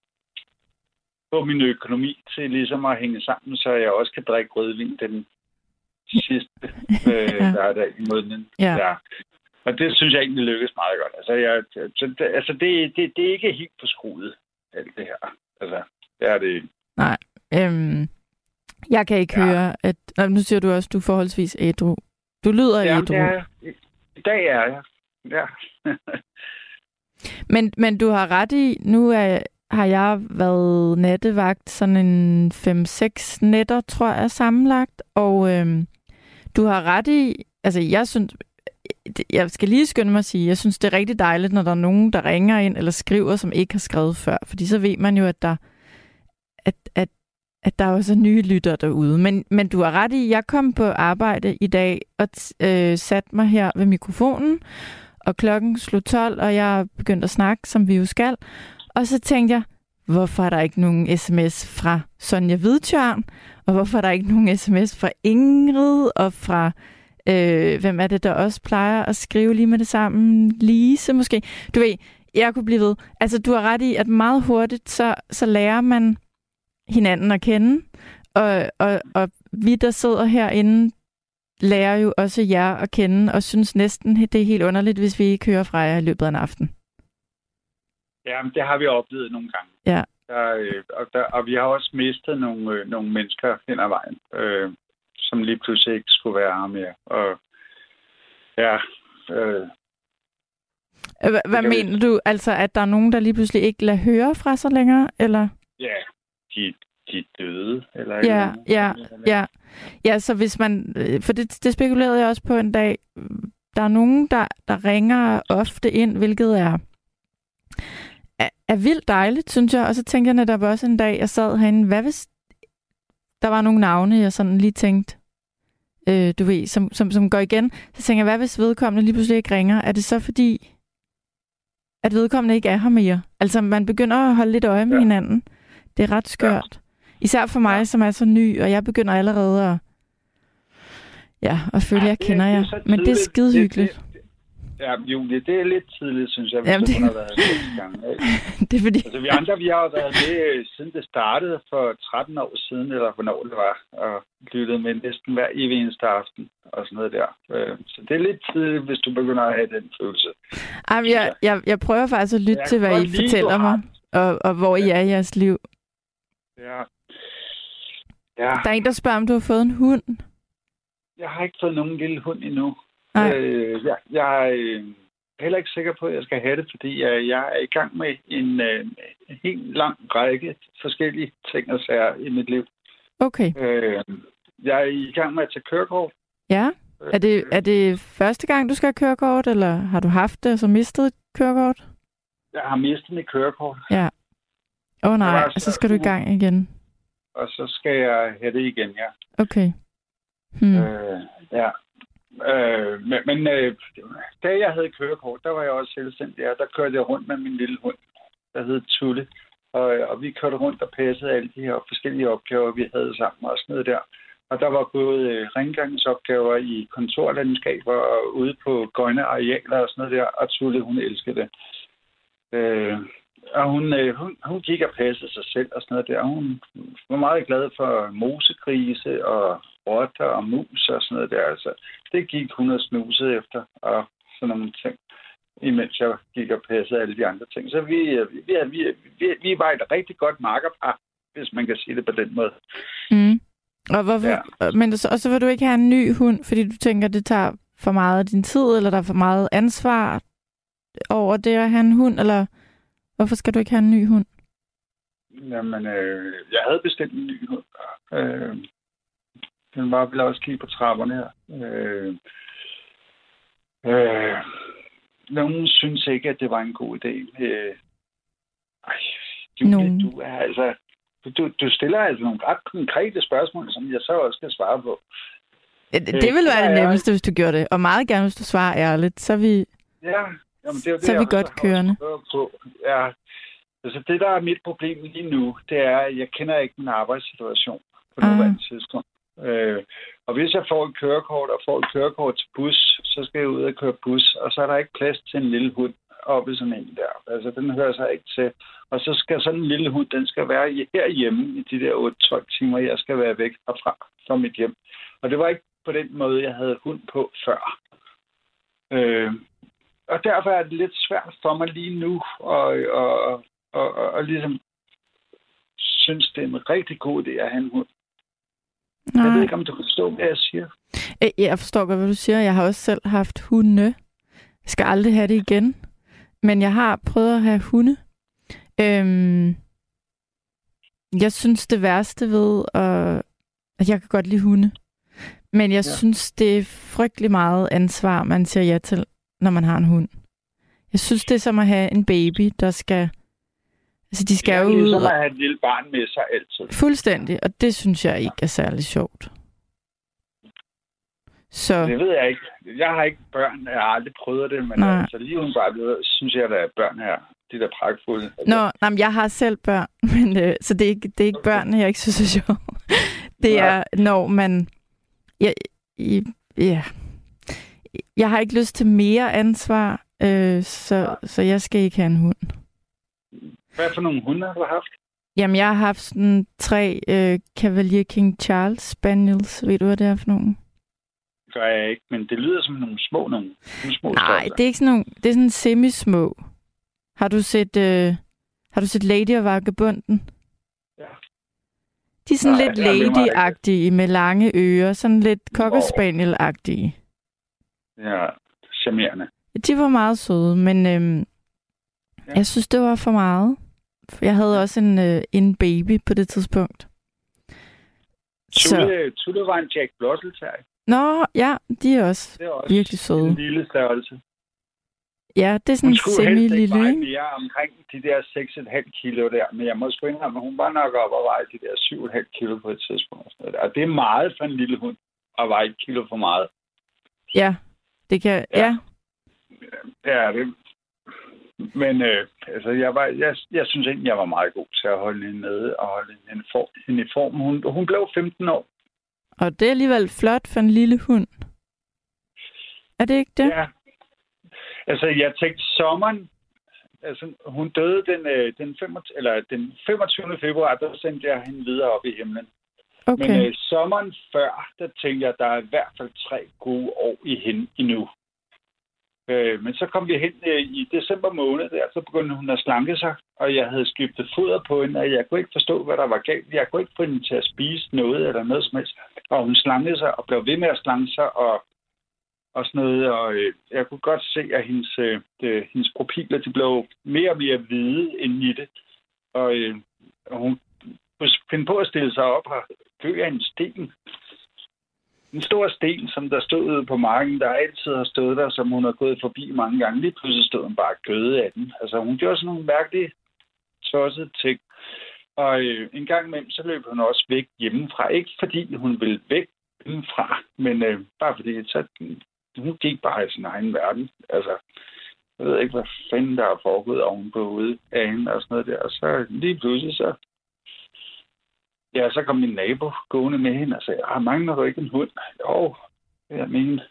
få min økonomi til ligesom at hænge sammen, så jeg også kan drikke rødvin den sidste øh, ja. hverdag i måneden. Ja. Ja. Og det synes jeg egentlig lykkes meget godt. Altså, jeg, så det, altså det, det, det er ikke helt forskruet, alt det her. Altså, det er det. Nej. Øhm, jeg kan ikke ja. høre, at... Nu siger du også, at du er forholdsvis ædru. Du lyder ja, ædru. Ja, i dag er jeg. Ja. men, men du har ret i, nu er... har jeg været nattevagt sådan en fem seks nætter, tror jeg, sammenlagt. Og øhm, du har ret i, altså jeg synes, jeg skal lige skynde mig at sige, jeg synes, det er rigtig dejligt, når der er nogen, der ringer ind eller skriver, som ikke har skrevet før. Fordi så ved man jo, at der, at, at, at der også er nye lyttere derude. Men, men du har ret i, jeg kom på arbejde i dag og øh, satte mig her ved mikrofonen, og klokken slog tolv, og jeg begyndte at snakke, som vi jo skal. Og så tænkte jeg, hvorfor er der ikke nogen sms fra Sonja Hvidtjørn? Og hvorfor er der ikke nogen sms fra Ingrid? Og fra, øh, hvem er det, der også plejer at skrive lige med det samme? Lise måske? Du ved, jeg kunne blive ved. Altså, du har ret i, at meget hurtigt, så, så lærer man hinanden at kende. Og, og, og vi, der sidder herinde, lærer jo også jer at kende, og synes næsten, det er helt underligt, hvis vi ikke hører fra jer i løbet af en aften. Ja, men det har vi oplevet nogle gange. Ja. Der, øh, og, der, og vi har også mistet nogle, øh, nogle mennesker hen ad vejen, øh, som lige pludselig ikke skulle være her mere. Og ja... Øh, H- hvad mener vi... du? Altså, at der er nogen, der lige pludselig ikke lader høre fra sig længere, eller? Ja, de, de døde, eller... Ja, eller ja, ja. Ja, så hvis man... For det, det spekulerede jeg også på en dag. Der er nogen, der, der ringer ofte ind, hvilket er... er vildt dejligt, synes jeg. Og så tænkte jeg netop også en dag, jeg sad herinde, hvad hvis der var nogle navne, jeg sådan lige tænkte, øh, du ved, som, som, som går igen. Så tænkte jeg, hvad hvis vedkommende lige pludselig ikke ringer? Er det så fordi, at vedkommende ikke er her mere? Altså, man begynder at holde lidt øje med ja. hinanden. Det er ret skørt. Ja. Især for mig, ja. som er så ny, og jeg begynder allerede at, ja, at føle, ja, jeg kender jer. Men det er skide hyggeligt. Det, det, Ja, Julie, det er lidt tidligt, synes jeg, hvis Jamen, det det... har været næste gang. Det er fordi... Altså, vi andre, vi har jo været med, siden det startede for tretten år siden, eller hvornår det var, og lyttet med næsten hver evig eneste aften, og sådan noget der. Så det er lidt tidligt, hvis du begynder at have den følelse. Jamen, jeg, jeg, jeg prøver faktisk at lytte ja, til, hvad I lige, fortæller mig, og, og hvor ja. I er i jeres liv. Ja. ja. Der er en, der spørger, om du har fået en hund. Jeg har ikke fået nogen lille hund endnu. Øh, jeg, jeg er øh, heller ikke sikker på, at jeg skal have det, fordi jeg, jeg er i gang med en, øh, en helt lang række forskellige ting og sager i mit liv. Okay. Øh, jeg er i gang med at tage kørekort. Ja. Er det, er det første gang, du skal have kørekort, eller har du haft det og så mistet et kørekort? Jeg har mistet mit kørekort. Ja. Åh oh, nej, og så skal du i gang igen. Og så skal jeg have det igen, ja. Okay. Hmm. Øh, ja. Øh, men men øh, da jeg havde kørekort, der var jeg også selvstændig, og der kørte jeg rundt med min lille hund, der hed Tulle. Og, og vi kørte rundt og passede alle de her forskellige opgaver, vi havde sammen og sådan noget der. Og der var både øh, rengøringsopgaver i kontorlandskaber og ude på grønne arealer og sådan noget der, og Tulle, hun elskede det. Øh, og hun, øh, hun, hun gik og passede sig selv og sådan noget der. Hun var meget glad for mosegrise og rotter og mus og sådan noget der. Altså, det gik hun og snusede efter og sådan nogle ting, imens jeg gik og passede alle de andre ting. Så vi, vi, vi, vi, vi var et rigtig godt makkerpar, hvis man kan sige det på den måde. Mm. Og, hvorfor, ja. Men så, og så vil du ikke have en ny hund, fordi du tænker, det tager for meget af din tid, eller der er for meget ansvar over det at have en hund, eller hvorfor skal du ikke have en ny hund? Jamen, øh, jeg havde bestemt en ny hund. Øh, den var vel også kigge på trapperne her. Øh, øh, nogen synes ikke, at det var en god idé. Øh, ej, Julie, du er altså... Du, du stiller altså nogle ret konkrete spørgsmål, som jeg så også skal svare på. Det, det vil være det nemmeste, hvis du gjorde det. Og meget gerne, hvis du svarer ærligt. Så er vi, ja, jamen det er det, så er vi godt kørende. På. Ja, altså det, der er mit problem lige nu, det er, at jeg kender ikke min arbejdssituation på nuværende tidspunkt. Øh, og hvis jeg får et kørekort og får et kørekort til bus, så skal jeg ud og køre bus, og så er der ikke plads til en lille hund oppe i sådan en der. Altså, den hører sig ikke til. Og så skal sådan en lille hund, den skal være herhjemme i de der otte tolv timer, jeg skal være væk herfra, fra mit hjem. Og det var ikke på den måde, jeg havde hund på før. Øh, og derfor er det lidt svært for mig lige nu, og, og, og, og, og ligesom synes, det er en rigtig god idé at have en hund. Nej. Jeg ved ikke, om du forstår, hvad jeg siger. Jeg forstår godt, hvad du siger. Jeg har også selv haft hunde. Jeg skal aldrig have det igen. Men jeg har prøvet at have hunde. Øhm, jeg synes, det værste ved, at, at jeg kan godt lide hunde. Men jeg ja. synes, det er frygtelig meget ansvar, man siger ja til, når man har en hund. Jeg synes, det er som at have en baby, der skal... Altså, de skal ja, jo ud... Det er som at have et lille barn med sig altid. Fuldstændig, og det synes jeg ikke er særlig sjovt. Så... Det ved jeg ikke. Jeg har ikke børn, jeg har aldrig prøvet det, men altså, lige umiddelbart synes jeg, at børn er de der pragtfulde. Nå, nej, jeg har selv børn, men, øh, så det er, ikke, det er ikke børnene, jeg ikke synes er sjovt. Det Nej. er, når man... Ja, i, ja. Jeg har ikke lyst til mere ansvar, øh, så, så jeg skal ikke have en hund. Hvad for nogle hunde har du haft? Jamen, jeg har haft sådan tre øh, Cavalier King Charles Spaniels. Ved du, hvad det er for nogen? Det gør jeg ikke, men det lyder som nogle små nogle. nogle små Nej, størrelser. det er ikke sådan nogle... Det er sådan semi-små. Har du set, øh, har du set Lady og Vagabunden? Ja. De er sådan Nej, lidt jeg er meget lady-agtige med lange ører. Sådan lidt cocker-spaniel-agtige. Ja, charmerende. De var meget søde, men øhm, Ja. jeg synes, det var for meget. For jeg havde også en, øh, en baby på det tidspunkt. Tulle, Tulle var en Jack Russell-terrier. Nå, ja, de er også, Det er også virkelig søde. en lille størrelse. Ja, det er sådan Hun en skulle helst ikke semi-lille, veje ikke? mere omkring de der seks komma fem kilo der, men jeg må sgu indrømme, at hun var nok op og veje de der syv komma fem kilo på et tidspunkt. Og, sådan noget der. Og det er meget for en lille hund at veje et kilo for meget. Ja, det kan, Ja. ja. Det er det. Men øh, altså, jeg, var, jeg, jeg synes egentlig, jeg var meget god til at holde hende nede og holde hende, for, hende i form. Hun, hun blev femten år. Og det er alligevel flot for en lille hund. Er det ikke det? Ja. Altså, jeg tænkte sommeren, altså, hun døde den, øh, den, femogtyvende, eller den femogtyvende februar, der sendte jeg hende videre op i himlen. Okay. Men øh, sommeren før, der tænkte jeg, der er i hvert fald tre gode år i hende endnu. Øh, men så kom vi hen øh, i december måned, der, så begyndte hun at slanke sig, og jeg havde skiftet foder på hende, og jeg kunne ikke forstå, hvad der var galt. Jeg kunne ikke få hende til at spise noget eller noget som helst. Og hun slankede sig og blev ved med at slanke sig, og og sådan noget, og øh, jeg kunne godt se, at hendes, øh, de, hendes profiler, de blev mere og mere hvide end i det. Og, øh, og hun kunne finde på at stille sig op og gø af en sten. En stor sten, som der stod ude på marken, der altid har stået der, som hun har gået forbi mange gange. Lige pludselig stod hun bare gøde af den. Altså, hun gjorde sådan nogle mærkelige, tossede ting. Og øh, en gang imellem, så løb hun også væk hjemmefra. Ikke fordi hun ville væk hjemmefra, men øh, bare fordi, så hun gik bare i sin egen verden. Altså, jeg ved ikke, hvad fanden der er foregået ovenpå ude af hende og sådan noget der. Og så lige pludselig så... Ja, så kom min nabo gående med hende og sagde, ah, mangler du ikke en hund? Jo, jeg mener.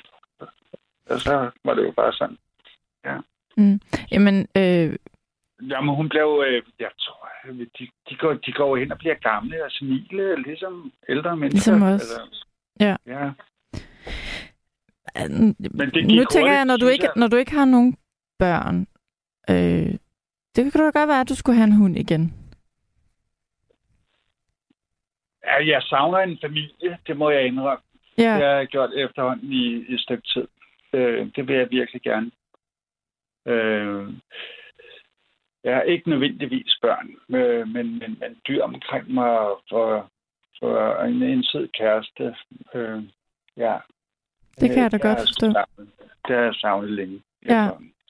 Og så var det jo bare sådan. Ja. Mm. Jamen, øh... Jamen, hun blev... Øh, jeg tror, de, de, går, de går hen og bliver gamle og senile, ligesom ældre mennesker. Ligesom os. Altså, ja. Ja. Men det nu tænker jeg, når du, ikke, når du ikke har nogen børn, øh, det kan da godt være, at du skulle have en hund igen. Ja, jeg savner en familie, det må jeg indrømme. Ja. Det har jeg gjort efterhånden i, i et stykke tid. Øh, det vil jeg virkelig gerne. Øh, jeg har ikke nødvendigvis børn, øh, men, men, men dyr omkring mig for, for en, en sød kæreste. Øh, ja. Det kan jeg da godt forstå. Det har jeg savnet længe. Ja.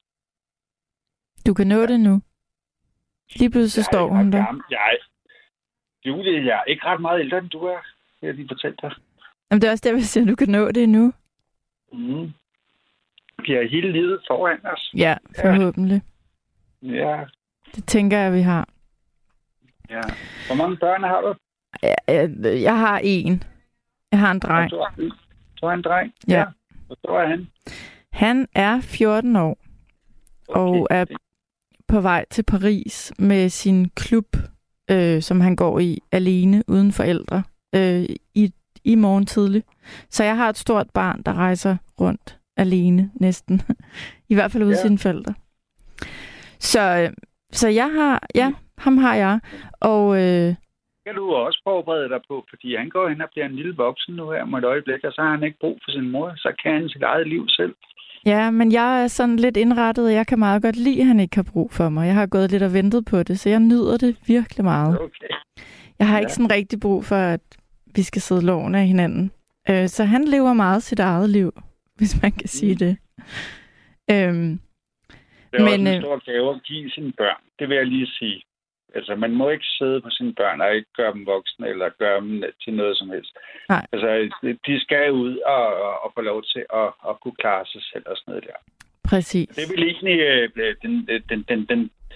Du kan nå ja. det nu. Lige pludselig står hun der. Jeg, Julie, jeg er ikke ret meget ældre, end du er. Det har lige fortalt dig. Jamen, det er også der, vi siger, at du kan nå det nu. Mm. Vi har hele livet foran os. Ja, forhåbentlig. Ja. Det tænker jeg, vi har. Ja. Hvor mange børn har du? Jeg, jeg, jeg har en. Jeg har en dreng. Du har, du har en dreng? Ja. ja. Hvor stor er han? Han er fjorten år. Okay. Og er på vej til Paris med sin klub, øh, som han går i alene, uden forældre, øh, i, i morgen tidlig. Så jeg har et stort barn, der rejser rundt alene næsten. I hvert fald ude ja. sine forældre. Så, øh, så jeg har, ja, ham har jeg. Og øh, kan du også forberede dig på, fordi han går hen og bliver en lille voksen nu her om et øjeblik, og så har han ikke brug for sin mor, så kan han sit eget liv selv. Ja, men jeg er sådan lidt indrettet, og jeg kan meget godt lide, at han ikke har brug for mig. Jeg har gået lidt og ventet på det, så jeg nyder det virkelig meget. Okay. Jeg har ja. ikke sådan rigtig brug for, at vi skal sidde loven af hinanden. Øh, så han lever meget sit eget liv, hvis man kan sige mm. det. Øhm, det er men, også en stor gave at give sine børn, det vil jeg lige sige. Altså, man må ikke sidde på sine børn og ikke gøre dem voksne, eller gøre dem til noget som helst. Nej. Altså, de skal ud og, og, og få lov til at, at kunne klare sig selv og sådan noget der. Præcis. Det vil egentlig, den, den, den, den,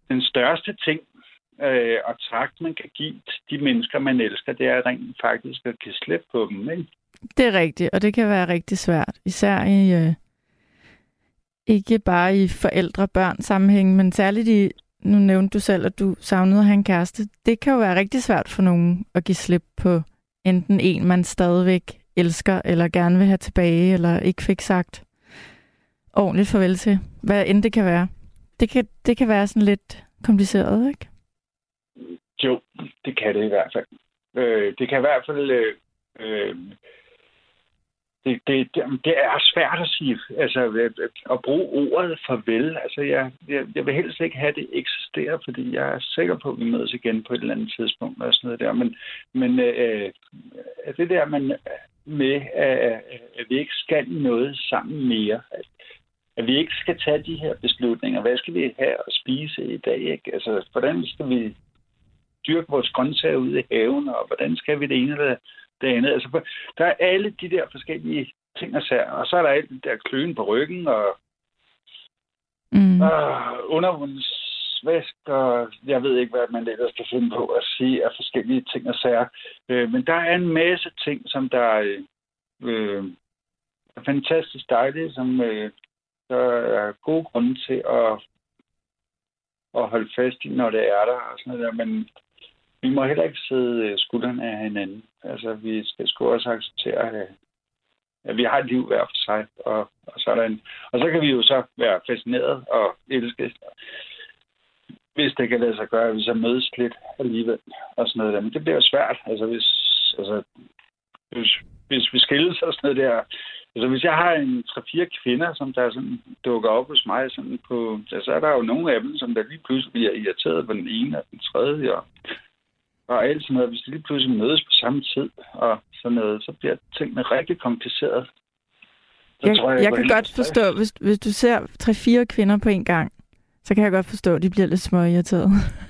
den største ting øh, og tak, man kan give de mennesker, man elsker, det er rent faktisk at give slip på dem, ikke? Det er rigtigt, og det kan være rigtig svært. Især i, øh, ikke bare i forældre-børn sammenhæng, men særligt i, nu nævnte du selv, at du savnede at have en kæreste. Det kan jo være rigtig svært for nogen at give slip på enten en, man stadigvæk elsker, eller gerne vil have tilbage, eller ikke fik sagt ordentligt farvel til. Hvad end det kan være. Det kan, det kan være sådan lidt kompliceret, ikke? Jo, det kan det i hvert fald. Øh, det kan i hvert fald... Øh, øh, det, det, det er svært at sige, altså at bruge ordet farvel. Altså, jeg, jeg, jeg vil helst ikke have, det eksisterer, fordi jeg er sikker på, at vi mødes igen på et eller andet tidspunkt og sådan noget der. Men, men øh, det der man, med, at, at vi ikke skal noget sammen mere, at, at vi ikke skal tage de her beslutninger. Hvad skal vi have at spise i dag? Ikke? Altså, hvordan skal vi dyrke vores grøntsager ude i haven, og hvordan skal vi det ene eller det andet? Altså, der er alle de der forskellige ting og sager, og så er der alt det der kløen på ryggen, og, mm. og undervundsvæsk, og jeg ved ikke, hvad man ellers skal finde på at sige af forskellige ting og sager. Øh, men der er en masse ting, som der øh, er fantastisk dejlige, som øh, der er gode grunde til at, at holde fast i, når det er der, og sådan noget der, men vi må heller ikke sidde skuldrene af hinanden. Altså, vi skal sgu også acceptere, at vi har et liv hver for sig. Og, og, så er der en, og så kan vi jo så være fascineret og elske, hvis det kan lade sig gøre, at vi så mødes lidt alligevel. Og sådan noget der. Men det bliver jo svært. Altså, hvis, altså, hvis, hvis vi skilles og sådan noget der. Altså, hvis jeg har en tre-fire kvinder, som der sådan dukker op hos mig, sådan på, så er der jo nogle af dem, som der lige pludselig bliver irriteret på den ene og den tredje, og Og alt sådan noget, hvis de lige pludselig mødes på samme tid, og sådan noget, så bliver tingene rigtig kompliceret. Så jeg tror jeg, jeg kan godt forstå, hvis, hvis du ser tre-fire kvinder på en gang, så kan jeg godt forstå, at de bliver lidt småirriteret.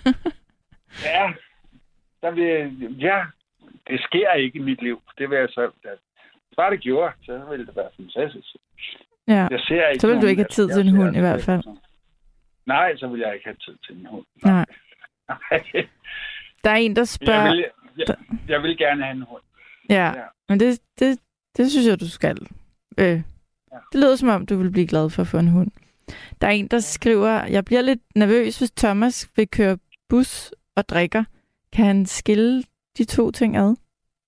ja, der vil, ja, det sker ikke i mit liv. Det vil jeg så... Hvis bare det gjorde, så ville det være fantastisk. Ja, jeg ser ikke så vil du ikke have tid til en hund ser, i hvert fald. Nej, så vil jeg ikke have tid til en hund. Nej. Nej. Der er en, der spørger... Jeg vil, jeg, jeg vil gerne have en hund. Ja, ja. Men det, det, det synes jeg, du skal. Øh, ja. Det lyder som om, du vil blive glad for at få en hund. Der er en, der skriver, jeg bliver lidt nervøs, hvis Thomas vil køre bus og drikker. Kan han skille de to ting ad?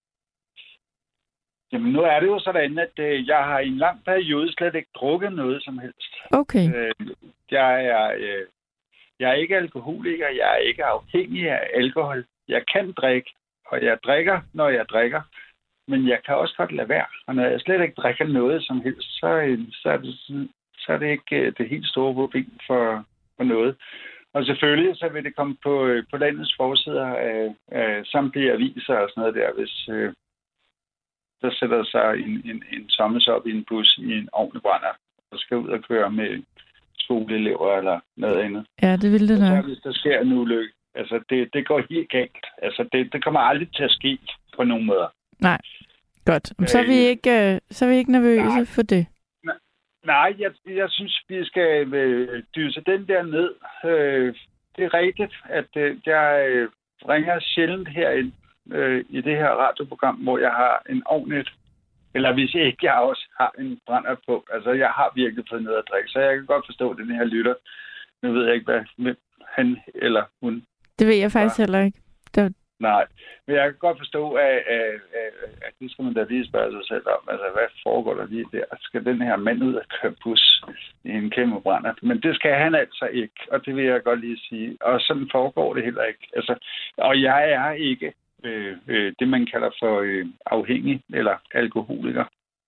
Jamen, nu er det jo sådan, at øh, jeg har i en lang periode slet ikke drukket noget som helst. Okay. Øh, jeg er... Øh, Jeg er ikke alkoholiker, jeg er ikke afhængig af alkohol. Jeg kan drikke, og jeg drikker, når jeg drikker. Men jeg kan også godt lade være. Og når jeg slet ikke drikker noget som helst, så, så, er, det, så er det ikke det helt store problem for, for noget. Og selvfølgelig så vil det komme på, på landets forsider af, af samtlige aviser og sådan noget der, hvis øh, der sætter sig en, en, en Thomas op i en bus i en ordentlig brænder og skal ud og køre med skoleelever eller noget andet. Ja, det ville det nok. Så hvis der sker en ulykke, altså det, det går helt galt. Altså det, det kommer aldrig til at ske på nogen måder. Nej, godt. Så er vi ikke, så er vi ikke nervøse nej. for det. Nej, jeg, jeg synes, vi skal øh, dyse den der ned. Øh, det er rigtigt, at øh, jeg øh, ringer sjældent herind øh, i det her radioprogram, hvor jeg har en ordentligt, eller hvis ikke jeg også har en brænder på. Altså, jeg har virkelig fået noget at drikke, så jeg kan godt forstå den her lytter. Nu ved jeg ikke, hvad med han eller hun. Det ved jeg faktisk ja. heller ikke. Det... Nej, men jeg kan godt forstå, at, at, at, at det skal man da lige spørge sig selv om. Altså, hvad foregår der lige der? Skal den her mand ud og køre bus i en kæmpe brænder? Men det skal han altså ikke, og det vil jeg godt lige sige. Og sådan foregår det heller ikke. Altså, og jeg er ikke øh, øh, det, man kalder for øh, afhængig eller alkoholiker.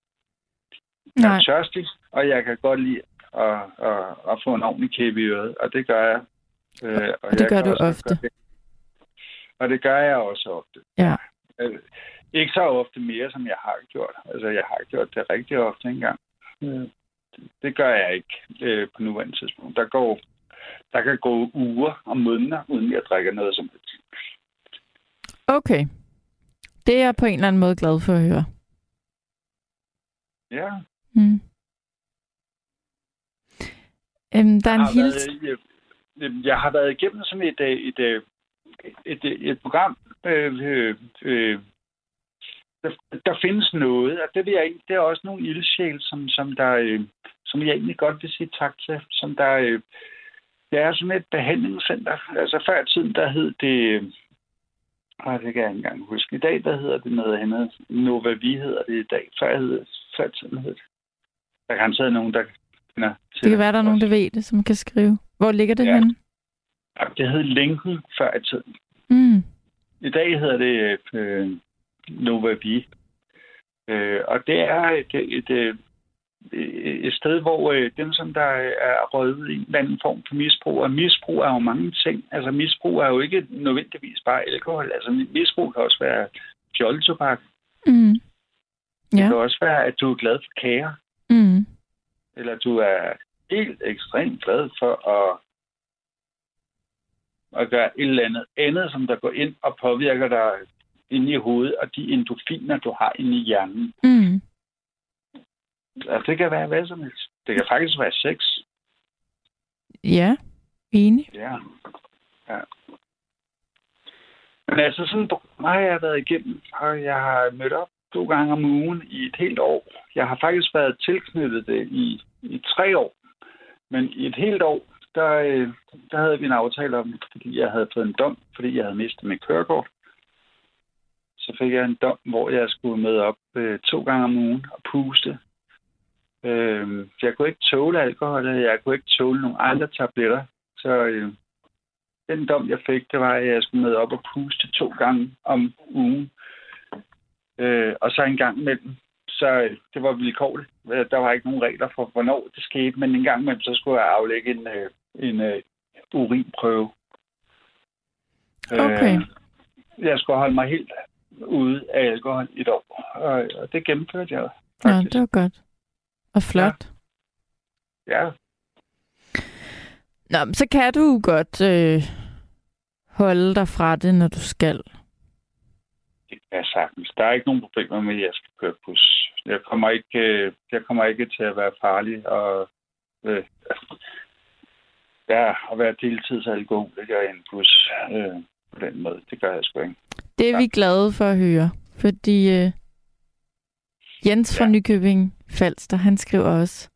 Nej. Jeg er tørstig, og jeg kan godt lide at, at, at få en ordentlig kæbe i øret, og det gør jeg. Øh, og, og det jeg gør du ofte. Gøre Og det gør jeg også ofte. Ja. Øh, ikke så ofte mere, som jeg har gjort. Altså, jeg har gjort det rigtig ofte engang. Øh, det gør jeg ikke øh, på nuværende tidspunkt. Der, går, der kan gå uger og måneder, uden jeg drikker noget som helst. Okay. Det er jeg på en eller anden måde glad for at høre. Ja. Mm. Øhm, der er en hilsen. jeg har været igennem sådan et, et, et, et, et, et program. Øh, øh, der, der findes noget, og det, vil jeg, det er også nogle ildsjæl, som, som, der, øh, som jeg egentlig godt vil sige tak til. Som der, øh, det er sådan et behandlingscenter. Altså før i tiden, der hed det... Øh, det kan jeg ikke engang huske. I dag, der hedder det noget andet. Nova Vi hedder det i dag. Før, hed, før i tiden hed det. Der kan sidde nogen, der kender til det. kan være, der er nogen, der ved det, som kan skrive. Hvor ligger det ja. henne? Ja, det hed Linken før i tiden. Mm. I dag hedder det øh, Nova Vi. Øh, og det er et, et, et, et sted, hvor øh, dem, som der er røget i en eller anden form for misbrug, og misbrug er jo mange ting. Altså misbrug er jo ikke nødvendigvis bare alkohol. Altså misbrug kan også være fjolletobak. Mm. Ja. Det kan også være, at du er glad for kager. Mm. Eller du er helt ekstremt glad for at, at gøre et eller andet andet, som der går ind og påvirker dig inde i hovedet, og de endorfiner, du har inde i hjernen. Mm. Altså, det kan være hvad som helst. Det kan faktisk være sex. Ja, enig. Ja. ja. Men altså, sådan på mig har jeg været igennem, og jeg har mødt op to gange om ugen i et helt år. Jeg har faktisk været tilknyttet det i, i tre år. Men i et helt år, der, der havde vi en aftale om, fordi jeg havde fået en dom, fordi jeg havde mistet mit kørekort. Så fik jeg en dom, hvor jeg skulle med op øh, to gange om ugen og puste. Øh, jeg kunne ikke tåle alkohol, jeg kunne ikke tåle nogle andre tabletter. Så øh, den dom, jeg fik, det var, at jeg skulle med op og puste to gange om ugen. Øh, og så en gang imellem, så øh, det var vilkårligt. Der var ikke nogen regler for, hvornår det skete, men en gang imellem, så skulle jeg aflægge en, øh, en øh, urinprøve. Okay. Øh, jeg skulle holde mig helt ude af alkohol i et år, og, og det gennemførte jeg faktisk. Ja, det var godt. Og flot. Ja. ja. Nå, så kan du godt øh, holde dig fra det, når du skal. Det er sagtens. Der er ikke nogen problemer med, at jeg skal køre bus. Jeg kommer ikke, jeg kommer ikke til at være farlig og øh, ja, at være deltidsalkoholiker i en bus øh, på den måde. Det gør jeg sgu ikke. Det er ja. vi glade for at høre, fordi øh, Jens fra ja. Nykøbing Falster, han skriver også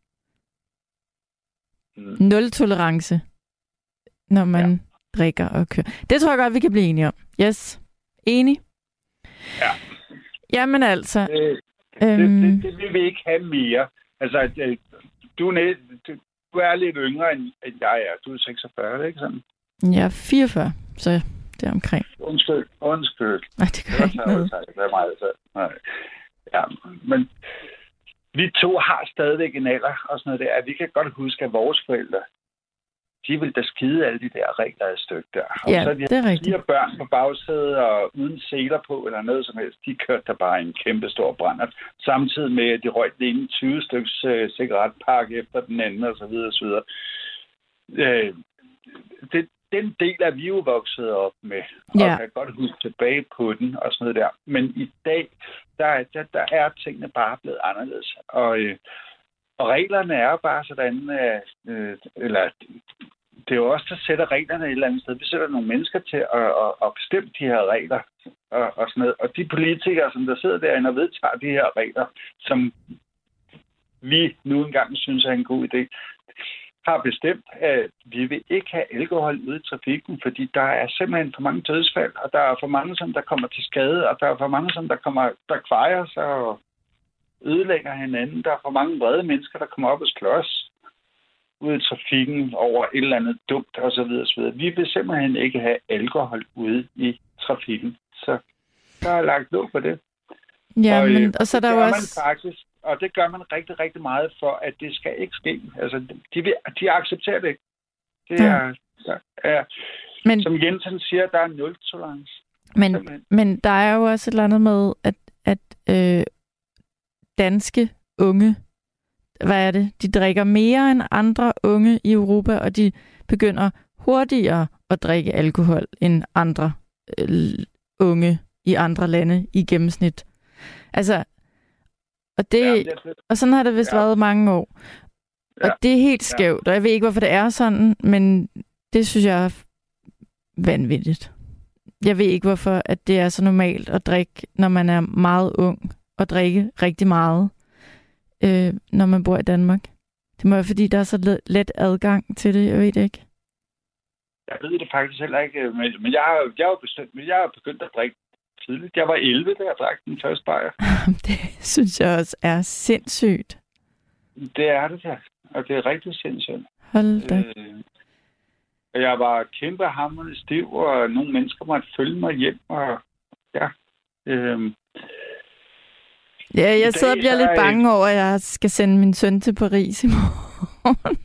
mm. nul tolerance, når man ja. drikker og kører. Det tror jeg godt, vi kan blive enige om. Yes. Enig? Ja. Jamen altså. Øh, det, øhm, det, det vil vi ikke have mere. Altså, du, du, du er lidt yngre, end jeg er. Du er seksogfyrre, ikke sådan? Jeg er fireogfyrre, så det er omkring. Undskyld, undskyld. Nej, det gør ikke noget. Det er meget, så. Nej. Ja, men vi to har stadigvæk en alder og sådan noget der. Vi kan godt huske, at vores forældre, de vil da skide alle de der regler et stykke der. Og ja, så de det er rigtigt. fire børn på bagsædet og uden seler på eller noget som helst, de kørte der bare en kæmpe stor brændert. Samtidig med, at de røg den ene tyve styks uh, cigaretpakke efter den anden og så videre og så videre. Uh, det, den del er vi jo vokset op med, og ja. kan godt huske tilbage på den og sådan noget der. Men i dag, der, der, der er tingene bare blevet anderledes. Og, uh, og reglerne er jo bare sådan, uh, eller det er jo også der sætter reglerne et eller andet sted. Vi sætter nogle mennesker til at, at, at bestemme de her regler og, og sådan noget. Og de politikere, som der sidder derinde og vedtager de her regler, som vi nu engang synes er en god idé, har bestemt, at vi vil ikke have alkohol ude i trafikken, fordi der er simpelthen for mange dødsfald, og der er for mange, som der kommer til skade, og der er for mange, som der kommer, der kvejer sig og ødelægger hinanden. Der er for mange vrede mennesker, der kommer op og slås ude i trafikken over et eller andet dumt og så videre, så videre. Vi vil simpelthen ikke have alkohol ude i trafikken. Så der er lagt låg på det. Ja, og, men og så der gør også man faktisk, og det gør man rigtig, rigtig meget for, at det skal ikke ske. Altså, de, vil, de accepterer det ikke. Det ja. er, der er men, som Jensen siger, der er nul tolerance. Men, men der er jo også et eller andet med, at, at øh, danske unge, hvad er det? De drikker mere end andre unge i Europa, og de begynder hurtigere at drikke alkohol end andre øh, unge i andre lande i gennemsnit. Altså, og, det, ja, det, og sådan har det vist ja. været mange år. Ja. Og det er helt skævt, og jeg ved ikke, hvorfor det er sådan, men Det synes jeg er vanvittigt. Jeg ved ikke, hvorfor at det er så normalt at drikke, når man er meget ung, og drikke rigtig meget, øh, når man bor i Danmark. Det må være, fordi der er så let adgang til det, jeg ved det ikke. Jeg ved det faktisk heller ikke, men jeg har, jeg har, bestemt, jeg har begyndt at drikke tidligt. Jeg var elleve, da jeg drak den første bajer. Det synes jeg også er sindssygt. Det er det da, og det er rigtig sindssygt. Hold da. Øh, og jeg var kæmpe hamrende stiv, og nogle mennesker måtte følge mig hjem, og ja. Øh, ja, jeg sidder og bliver lidt bange over, at jeg skal sende min søn til Paris i morgen.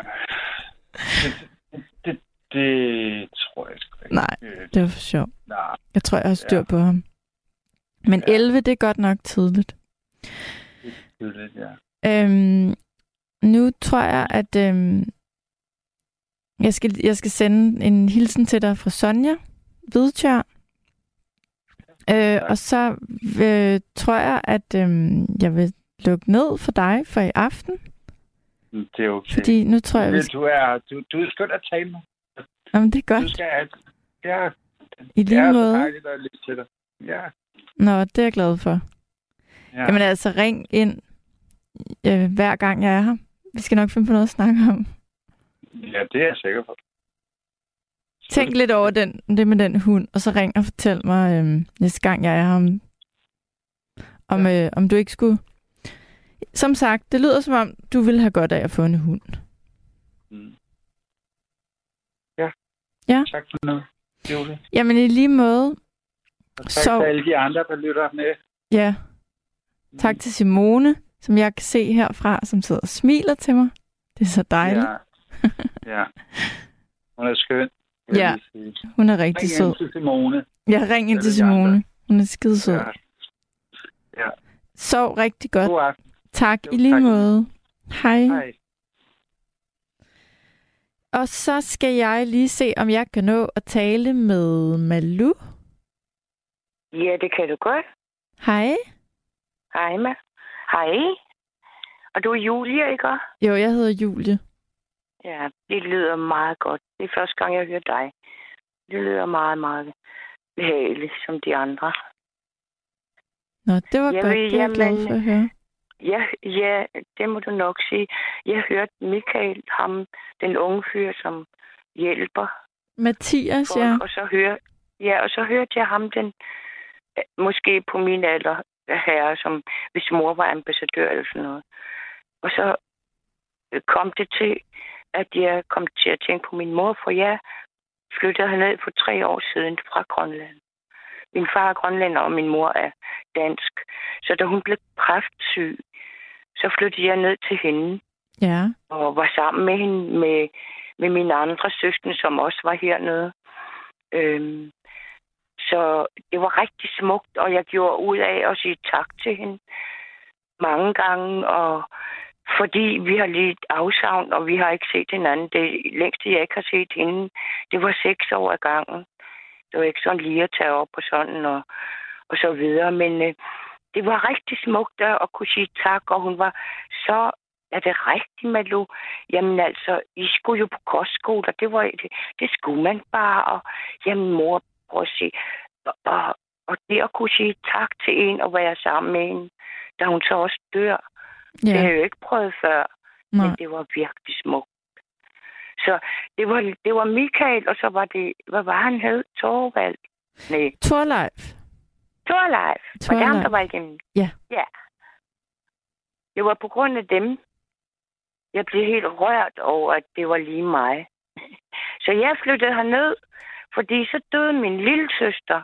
det, det, det tror jeg sgu ikke. Nej, det var for sjov. Nej. Jeg tror, jeg har styr ja. på ham. Men ja. elleve, det er godt nok tidligt. Det er tidligt, ja. Øhm, nu tror jeg, at øhm, jeg, skal, jeg skal sende en hilsen til dig fra Sonja Hvidtjørn. Øh, og så øh, tror jeg, at øh, jeg vil lukke ned for dig for i aften. Det er okay. Fordi nu tror jeg, vi skal... Du er, du, du er skønt at tale med. Jamen, det er godt. Du skal... Ja, I lige måde. måde. Det er så dejligt at lytte til dig. Ja. Nå, det er jeg glad for. Ja. Jamen altså, ring ind øh, hver gang jeg er her. Vi skal nok finde på noget at snakke om. Ja, det er jeg sikker på. Tænk lidt over den, det med den hund, og så ring og fortæl mig øh, næste gang jeg er her, om, om, øh, om du ikke skulle... Som sagt, det lyder som om, du ville have godt af at få en hund. Mm. Ja. Ja. Tak for noget. Julie. Jamen i lige måde. Og tak så... til alle de andre, der lytter med. Ja. Tak til Simone, som jeg kan se herfra, som sidder og smiler til mig. Det er så dejligt. Ja. Ja. Hun er skøn. Ja, hun er rigtig sød. Ring ind til Simone. Ja, ring ind til Simone. Hun er skide sød. Ja. Ja. Sov rigtig godt. God aften. Tak jo, i lige tak. måde. Hej. Hej. Og så skal jeg lige se, om jeg kan nå at tale med Malu. Ja, det kan du godt. Hej. Hej, Ma. Hej. Og du er Julie, ikke? Jo, jeg hedder Julie. Ja, det lyder meget godt. Det er første gang, jeg hører dig. Det lyder meget, meget behageligt, som de andre. Nå, det var jeg godt. Ved, det er jeg glad for at høre. Ja, ja, det må du nok sige. Jeg hørte Michael, ham, den unge fyr, som hjælper. Mathias, ja. Og så hør, ja, og så hørte jeg ham, den måske på min alder herre, som hvis mor var ambassadør eller sådan noget. Og så kom det til, at jeg kom til at tænke på min mor, for jeg flyttede herned for tre år siden fra Grønland. Min far er grønlænder, og min mor er dansk. Så da hun blev kræftsyg, så flyttede jeg ned til hende. Ja. Og var sammen med hende, med, med mine andre søskende, som også var hernede. Øhm, så det var rigtig smukt, og jeg gjorde ud af at sige tak til hende mange gange. Og fordi vi har lidt afsavn, og vi har ikke set hinanden. Det længste, jeg ikke har set hende, det var seks år ad gangen. Det var ikke sådan lige at tage op og sådan, og, og så videre. Men øh, det var rigtig smukt at kunne sige tak, og hun var så... Er det rigtigt, Malu? Jamen altså, I skulle jo på kostskole, og det, var, det, det skulle man bare. Og jamen mor, prøv at sige. Og, og, og det at kunne sige tak til en og være sammen med hende, da hun så også dør. Ja. Det har jeg jo ikke prøvet før, Nej. Men det var virkelig smukt. Så det var, det var Michael, og så var det, hvad var han hed? Torvald? Nej. Torleif. Torleif. Var det ham, der var igennem? Ja. Ja. Det var på grund af dem. Jeg blev helt rørt over, at det var lige mig. Så jeg flyttede herned, fordi så døde min lille søster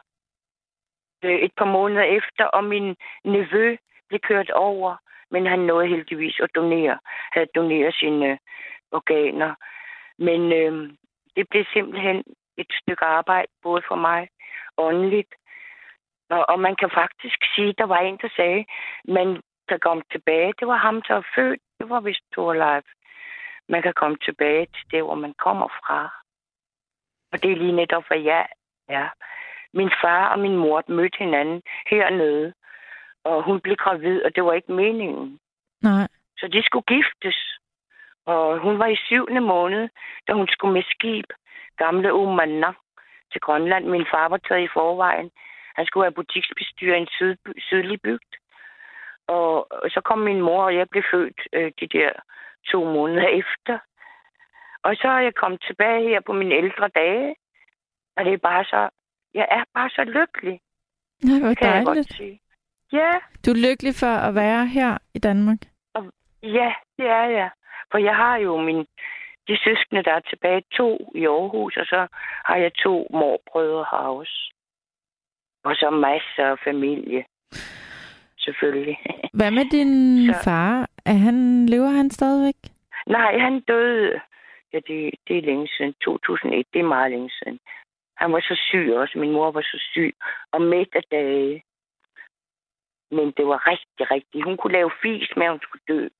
et par måneder efter, og min nevø blev kørt over, men han nåede heldigvis at donere, havde doneret sine organer. Men øh, det blev simpelthen et stykke arbejde, både for mig åndeligt. Og, og man kan faktisk sige, der var en, der sagde, man kan komme tilbage. Det var ham, der var født. Det var vist Torleif. Man kan komme tilbage til det, hvor man kommer fra. Og det er lige netop, hvad jeg er. Min far og min mor mødte hinanden hernede. Og hun blev gravid, og det var ikke meningen. Nej. Så de skulle giftes. Og hun var i syvende måned, da hun skulle med skib gamle Umanak til Grønland. Min far var taget i forvejen. Han skulle være butiksbestyrer i en syd, sydlig bygd. Og så kom min mor, og jeg blev født øh, de der to måneder efter. Og så er jeg kommet tilbage her på mine ældre dage. Og det er bare så... Jeg er bare så lykkelig. Ja, hvor kan jeg godt dejligt. sige. Ja. Du er lykkelig for at være her i Danmark? Og, ja, det er jeg. For jeg har jo min, de søskende, der er tilbage, to i Aarhus, og så har jeg to morbrødre her også. Og så masser af familie. Selvfølgelig. Hvad med din så... far? Er han, lever han stadigvæk? Nej, han døde. Ja, det, det er længe siden. to tusind og et, det er meget længe siden. Han var så syg også. Min mor var så syg. Og midt af dage. Men det var rigtig, rigtig. Hun kunne lave fis med, at hun skulle dø.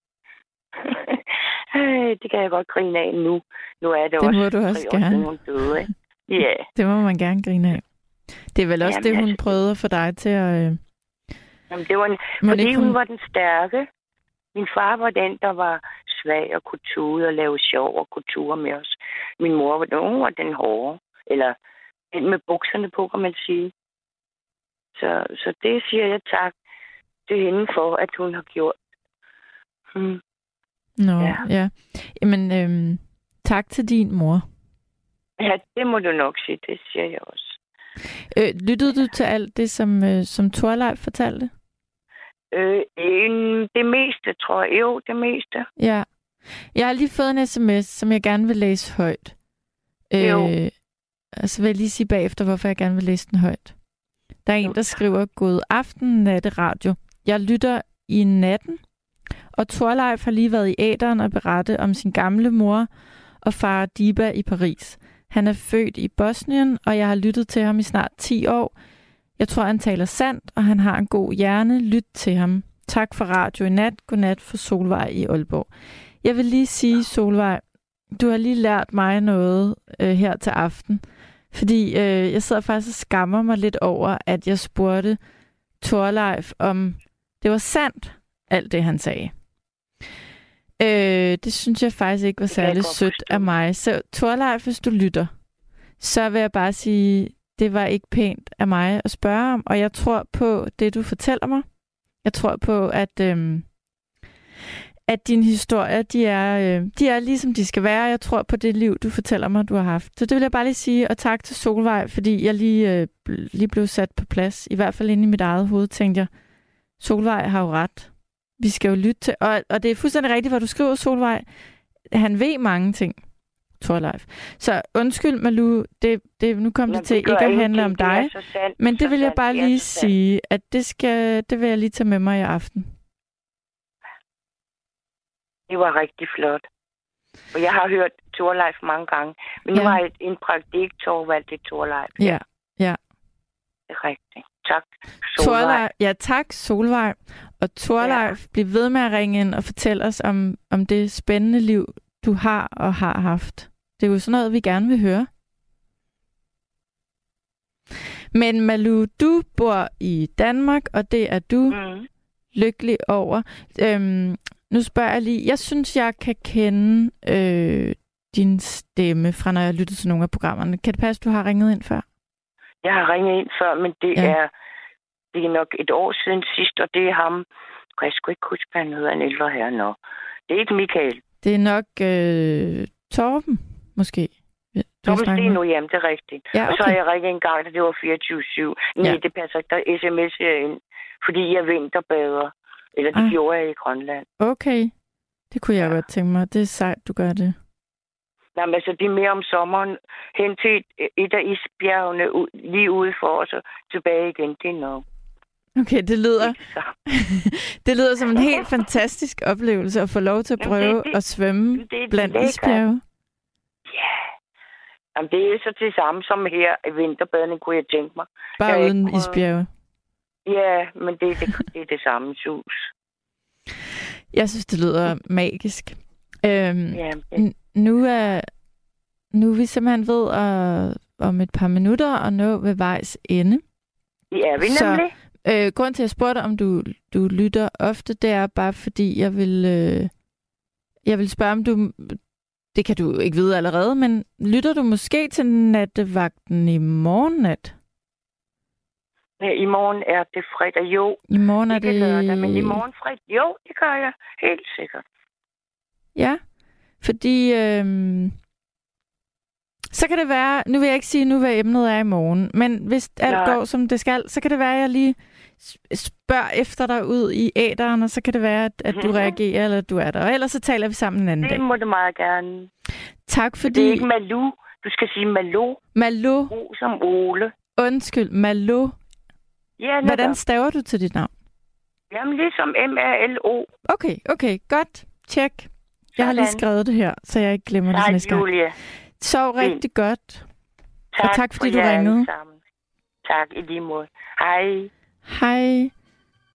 Det kan jeg godt grine af nu. Nu er det, det også, må du også tre år gerne. siden, hun døde. Ikke? Yeah. Det må man gerne grine af. Det er vel også Jamen, det, hun altså, prøvede for dig til at... Øh... Jamen, det var en, fordi ikke, hun... hun var den stærke. Min far var den, der var svag og kunne tude og lave sjov og kunne ture med os. Min mor var den, hun var den hårde. Eller den med bukserne på, kan man sige. Så, så det siger jeg tak til hende for, at hun har gjort. Hmm. Nå, ja. ja. Jamen, øhm, tak til din mor. Ja, det må du nok sige. Det siger jeg også. Øh, lyttede du til alt det, som, øh, som Thorleif fortalte? Øh, det meste, tror jeg. Jo, det meste. Ja. Jeg har lige fået en sms, som jeg gerne vil læse højt. Jo. Øh, og så vil jeg lige sige bagefter, hvorfor jeg gerne vil læse den højt. Der er en, der skriver, god aften, natteradio. Jeg lytter i natten, og Thorleif har lige været i æteren og berette om sin gamle mor og far Diba i Paris. Han er født i Bosnien, og jeg har lyttet til ham i snart ti år. Jeg tror, han taler sandt, og han har en god hjerne. Lyt til ham. Tak for radio i nat. Godnat for Solvej i Aalborg. Jeg vil lige sige, Solvej, du har lige lært mig noget øh, her til aften. Fordi øh, jeg sidder faktisk og skammer mig lidt over, at jeg spurgte Thorleif, om det var sandt, alt det han sagde. Øh, det synes jeg faktisk ikke var særlig sødt af mig. Så Thorleif, hvis du lytter, så vil jeg bare sige, det var ikke pænt af mig at spørge om, og jeg tror på det, du fortæller mig. Jeg tror på, at, øhm, at dine historier, de er, øh, de er ligesom de skal være. Jeg tror på det liv, du fortæller mig, du har haft. Så det vil jeg bare lige sige, og tak til Solvej, fordi jeg lige, øh, lige blev sat på plads. I hvert fald inde i mit eget hoved, tænkte jeg, Solvej har jo ret. Vi skal jo lytte til, og, og det er fuldstændig rigtigt, hvad du skriver, Solvej. Han ved mange ting, Thorleif. Så undskyld, Malou, det, det, nu kom det til ikke at handle om dig, sandt, men det vil jeg bare lige sige, at det, skal, det vil jeg lige tage med mig i aften. Det var rigtig flot. Og jeg har hørt Thorleif mange gange, men ja. Nu var en praktik Thorvald til Thorleif. Ja, ja. Det er rigtigt. Tak, Solvej. Thorleif, ja, tak, Solvej. Og Thorleif, ja. Bliv ved med at ringe ind og fortælle os om, om det spændende liv, du har og har haft. Det er jo sådan noget, vi gerne vil høre. Men Malou, du bor i Danmark, og det er du mm. lykkelig over. Øhm, nu spørger jeg lige, jeg synes, jeg kan kende øh, din stemme fra, når jeg lytter til nogle af programmerne. Kan det passe, du har ringet ind før? Jeg har ringet ind før, men det, ja. er, det er nok et år siden sidst, og det er ham. Jeg kan sgu ikke huske, hvad han hedder, en ældre her nå. Det er ikke Michael. Det er nok øh, Torben, måske. Torben Sten nu, jamen, det er rigtigt. Ja, okay. Og så har jeg ringet en gang, da det var fireogtyve syv. Nej, ja. Det passer ikke, der er sms'er ind, fordi jeg vinterbader. Eller det ah. gjorde jeg i Grønland. Okay, det kunne jeg ja. godt tænke mig. Det er sejt, du gør det. Nej, men altså, det er mere om sommeren. Hen til et, et af isbjergene, lige ude for os, og tilbage igen. Det er nok. Okay, det lyder, det lyder som en helt fantastisk oplevelse at få lov til at prøve Jamen, det, det, at svømme det, det, blandt det, isbjerge. Ja. Jamen, det er så det samme som her i vinterbadning, kunne jeg tænke mig. Bare jeg uden ikke... isbjerge. Ja, men det, det, det er det samme sus. Jeg synes, det lyder magisk. Øhm, ja, det... nu, er, nu er vi simpelthen ved at, om et par minutter at nå ved vejs ende. Ja, vi nemlig. Så øh, grunden til, at jeg spurgte, om du, du lytter ofte, det er bare fordi, jeg vil, øh, jeg vil spørge, om du det kan du ikke vide allerede, men lytter du måske til nattevagten i morgen nat? Ja, i morgen er det fredag, jo. I morgen er det... Ikke lørdag, men i morgen fredag, jo, det gør jeg helt sikkert. Ja, fordi... Øhm, så kan det være... Nu vil jeg ikke sige nu, hvad emnet er i morgen, men hvis alt Nej. går, som det skal, så kan det være, at jeg lige spørger efter dig ud i æteren, og så kan det være, at, at du Mhm. reagerer, eller at du er der. Og ellers så taler vi sammen en anden Det dag. må du meget gerne. Tak fordi... Det er ikke Malou. Du skal sige Malou. Malo. O som Ole. Undskyld, Malo. Ja, Hvordan netop. staver du til dit navn? Jamen, ligesom M A L O. Okay, okay, godt. Tjek. Jeg har lige Sådan. skrevet det her, så jeg ikke glemmer det til Tak, næste gang. Julia. Sov rigtig godt. Tak, tak, fordi for du jer alle ringede. sammen. Tak, i lige måde. Hej. Hej.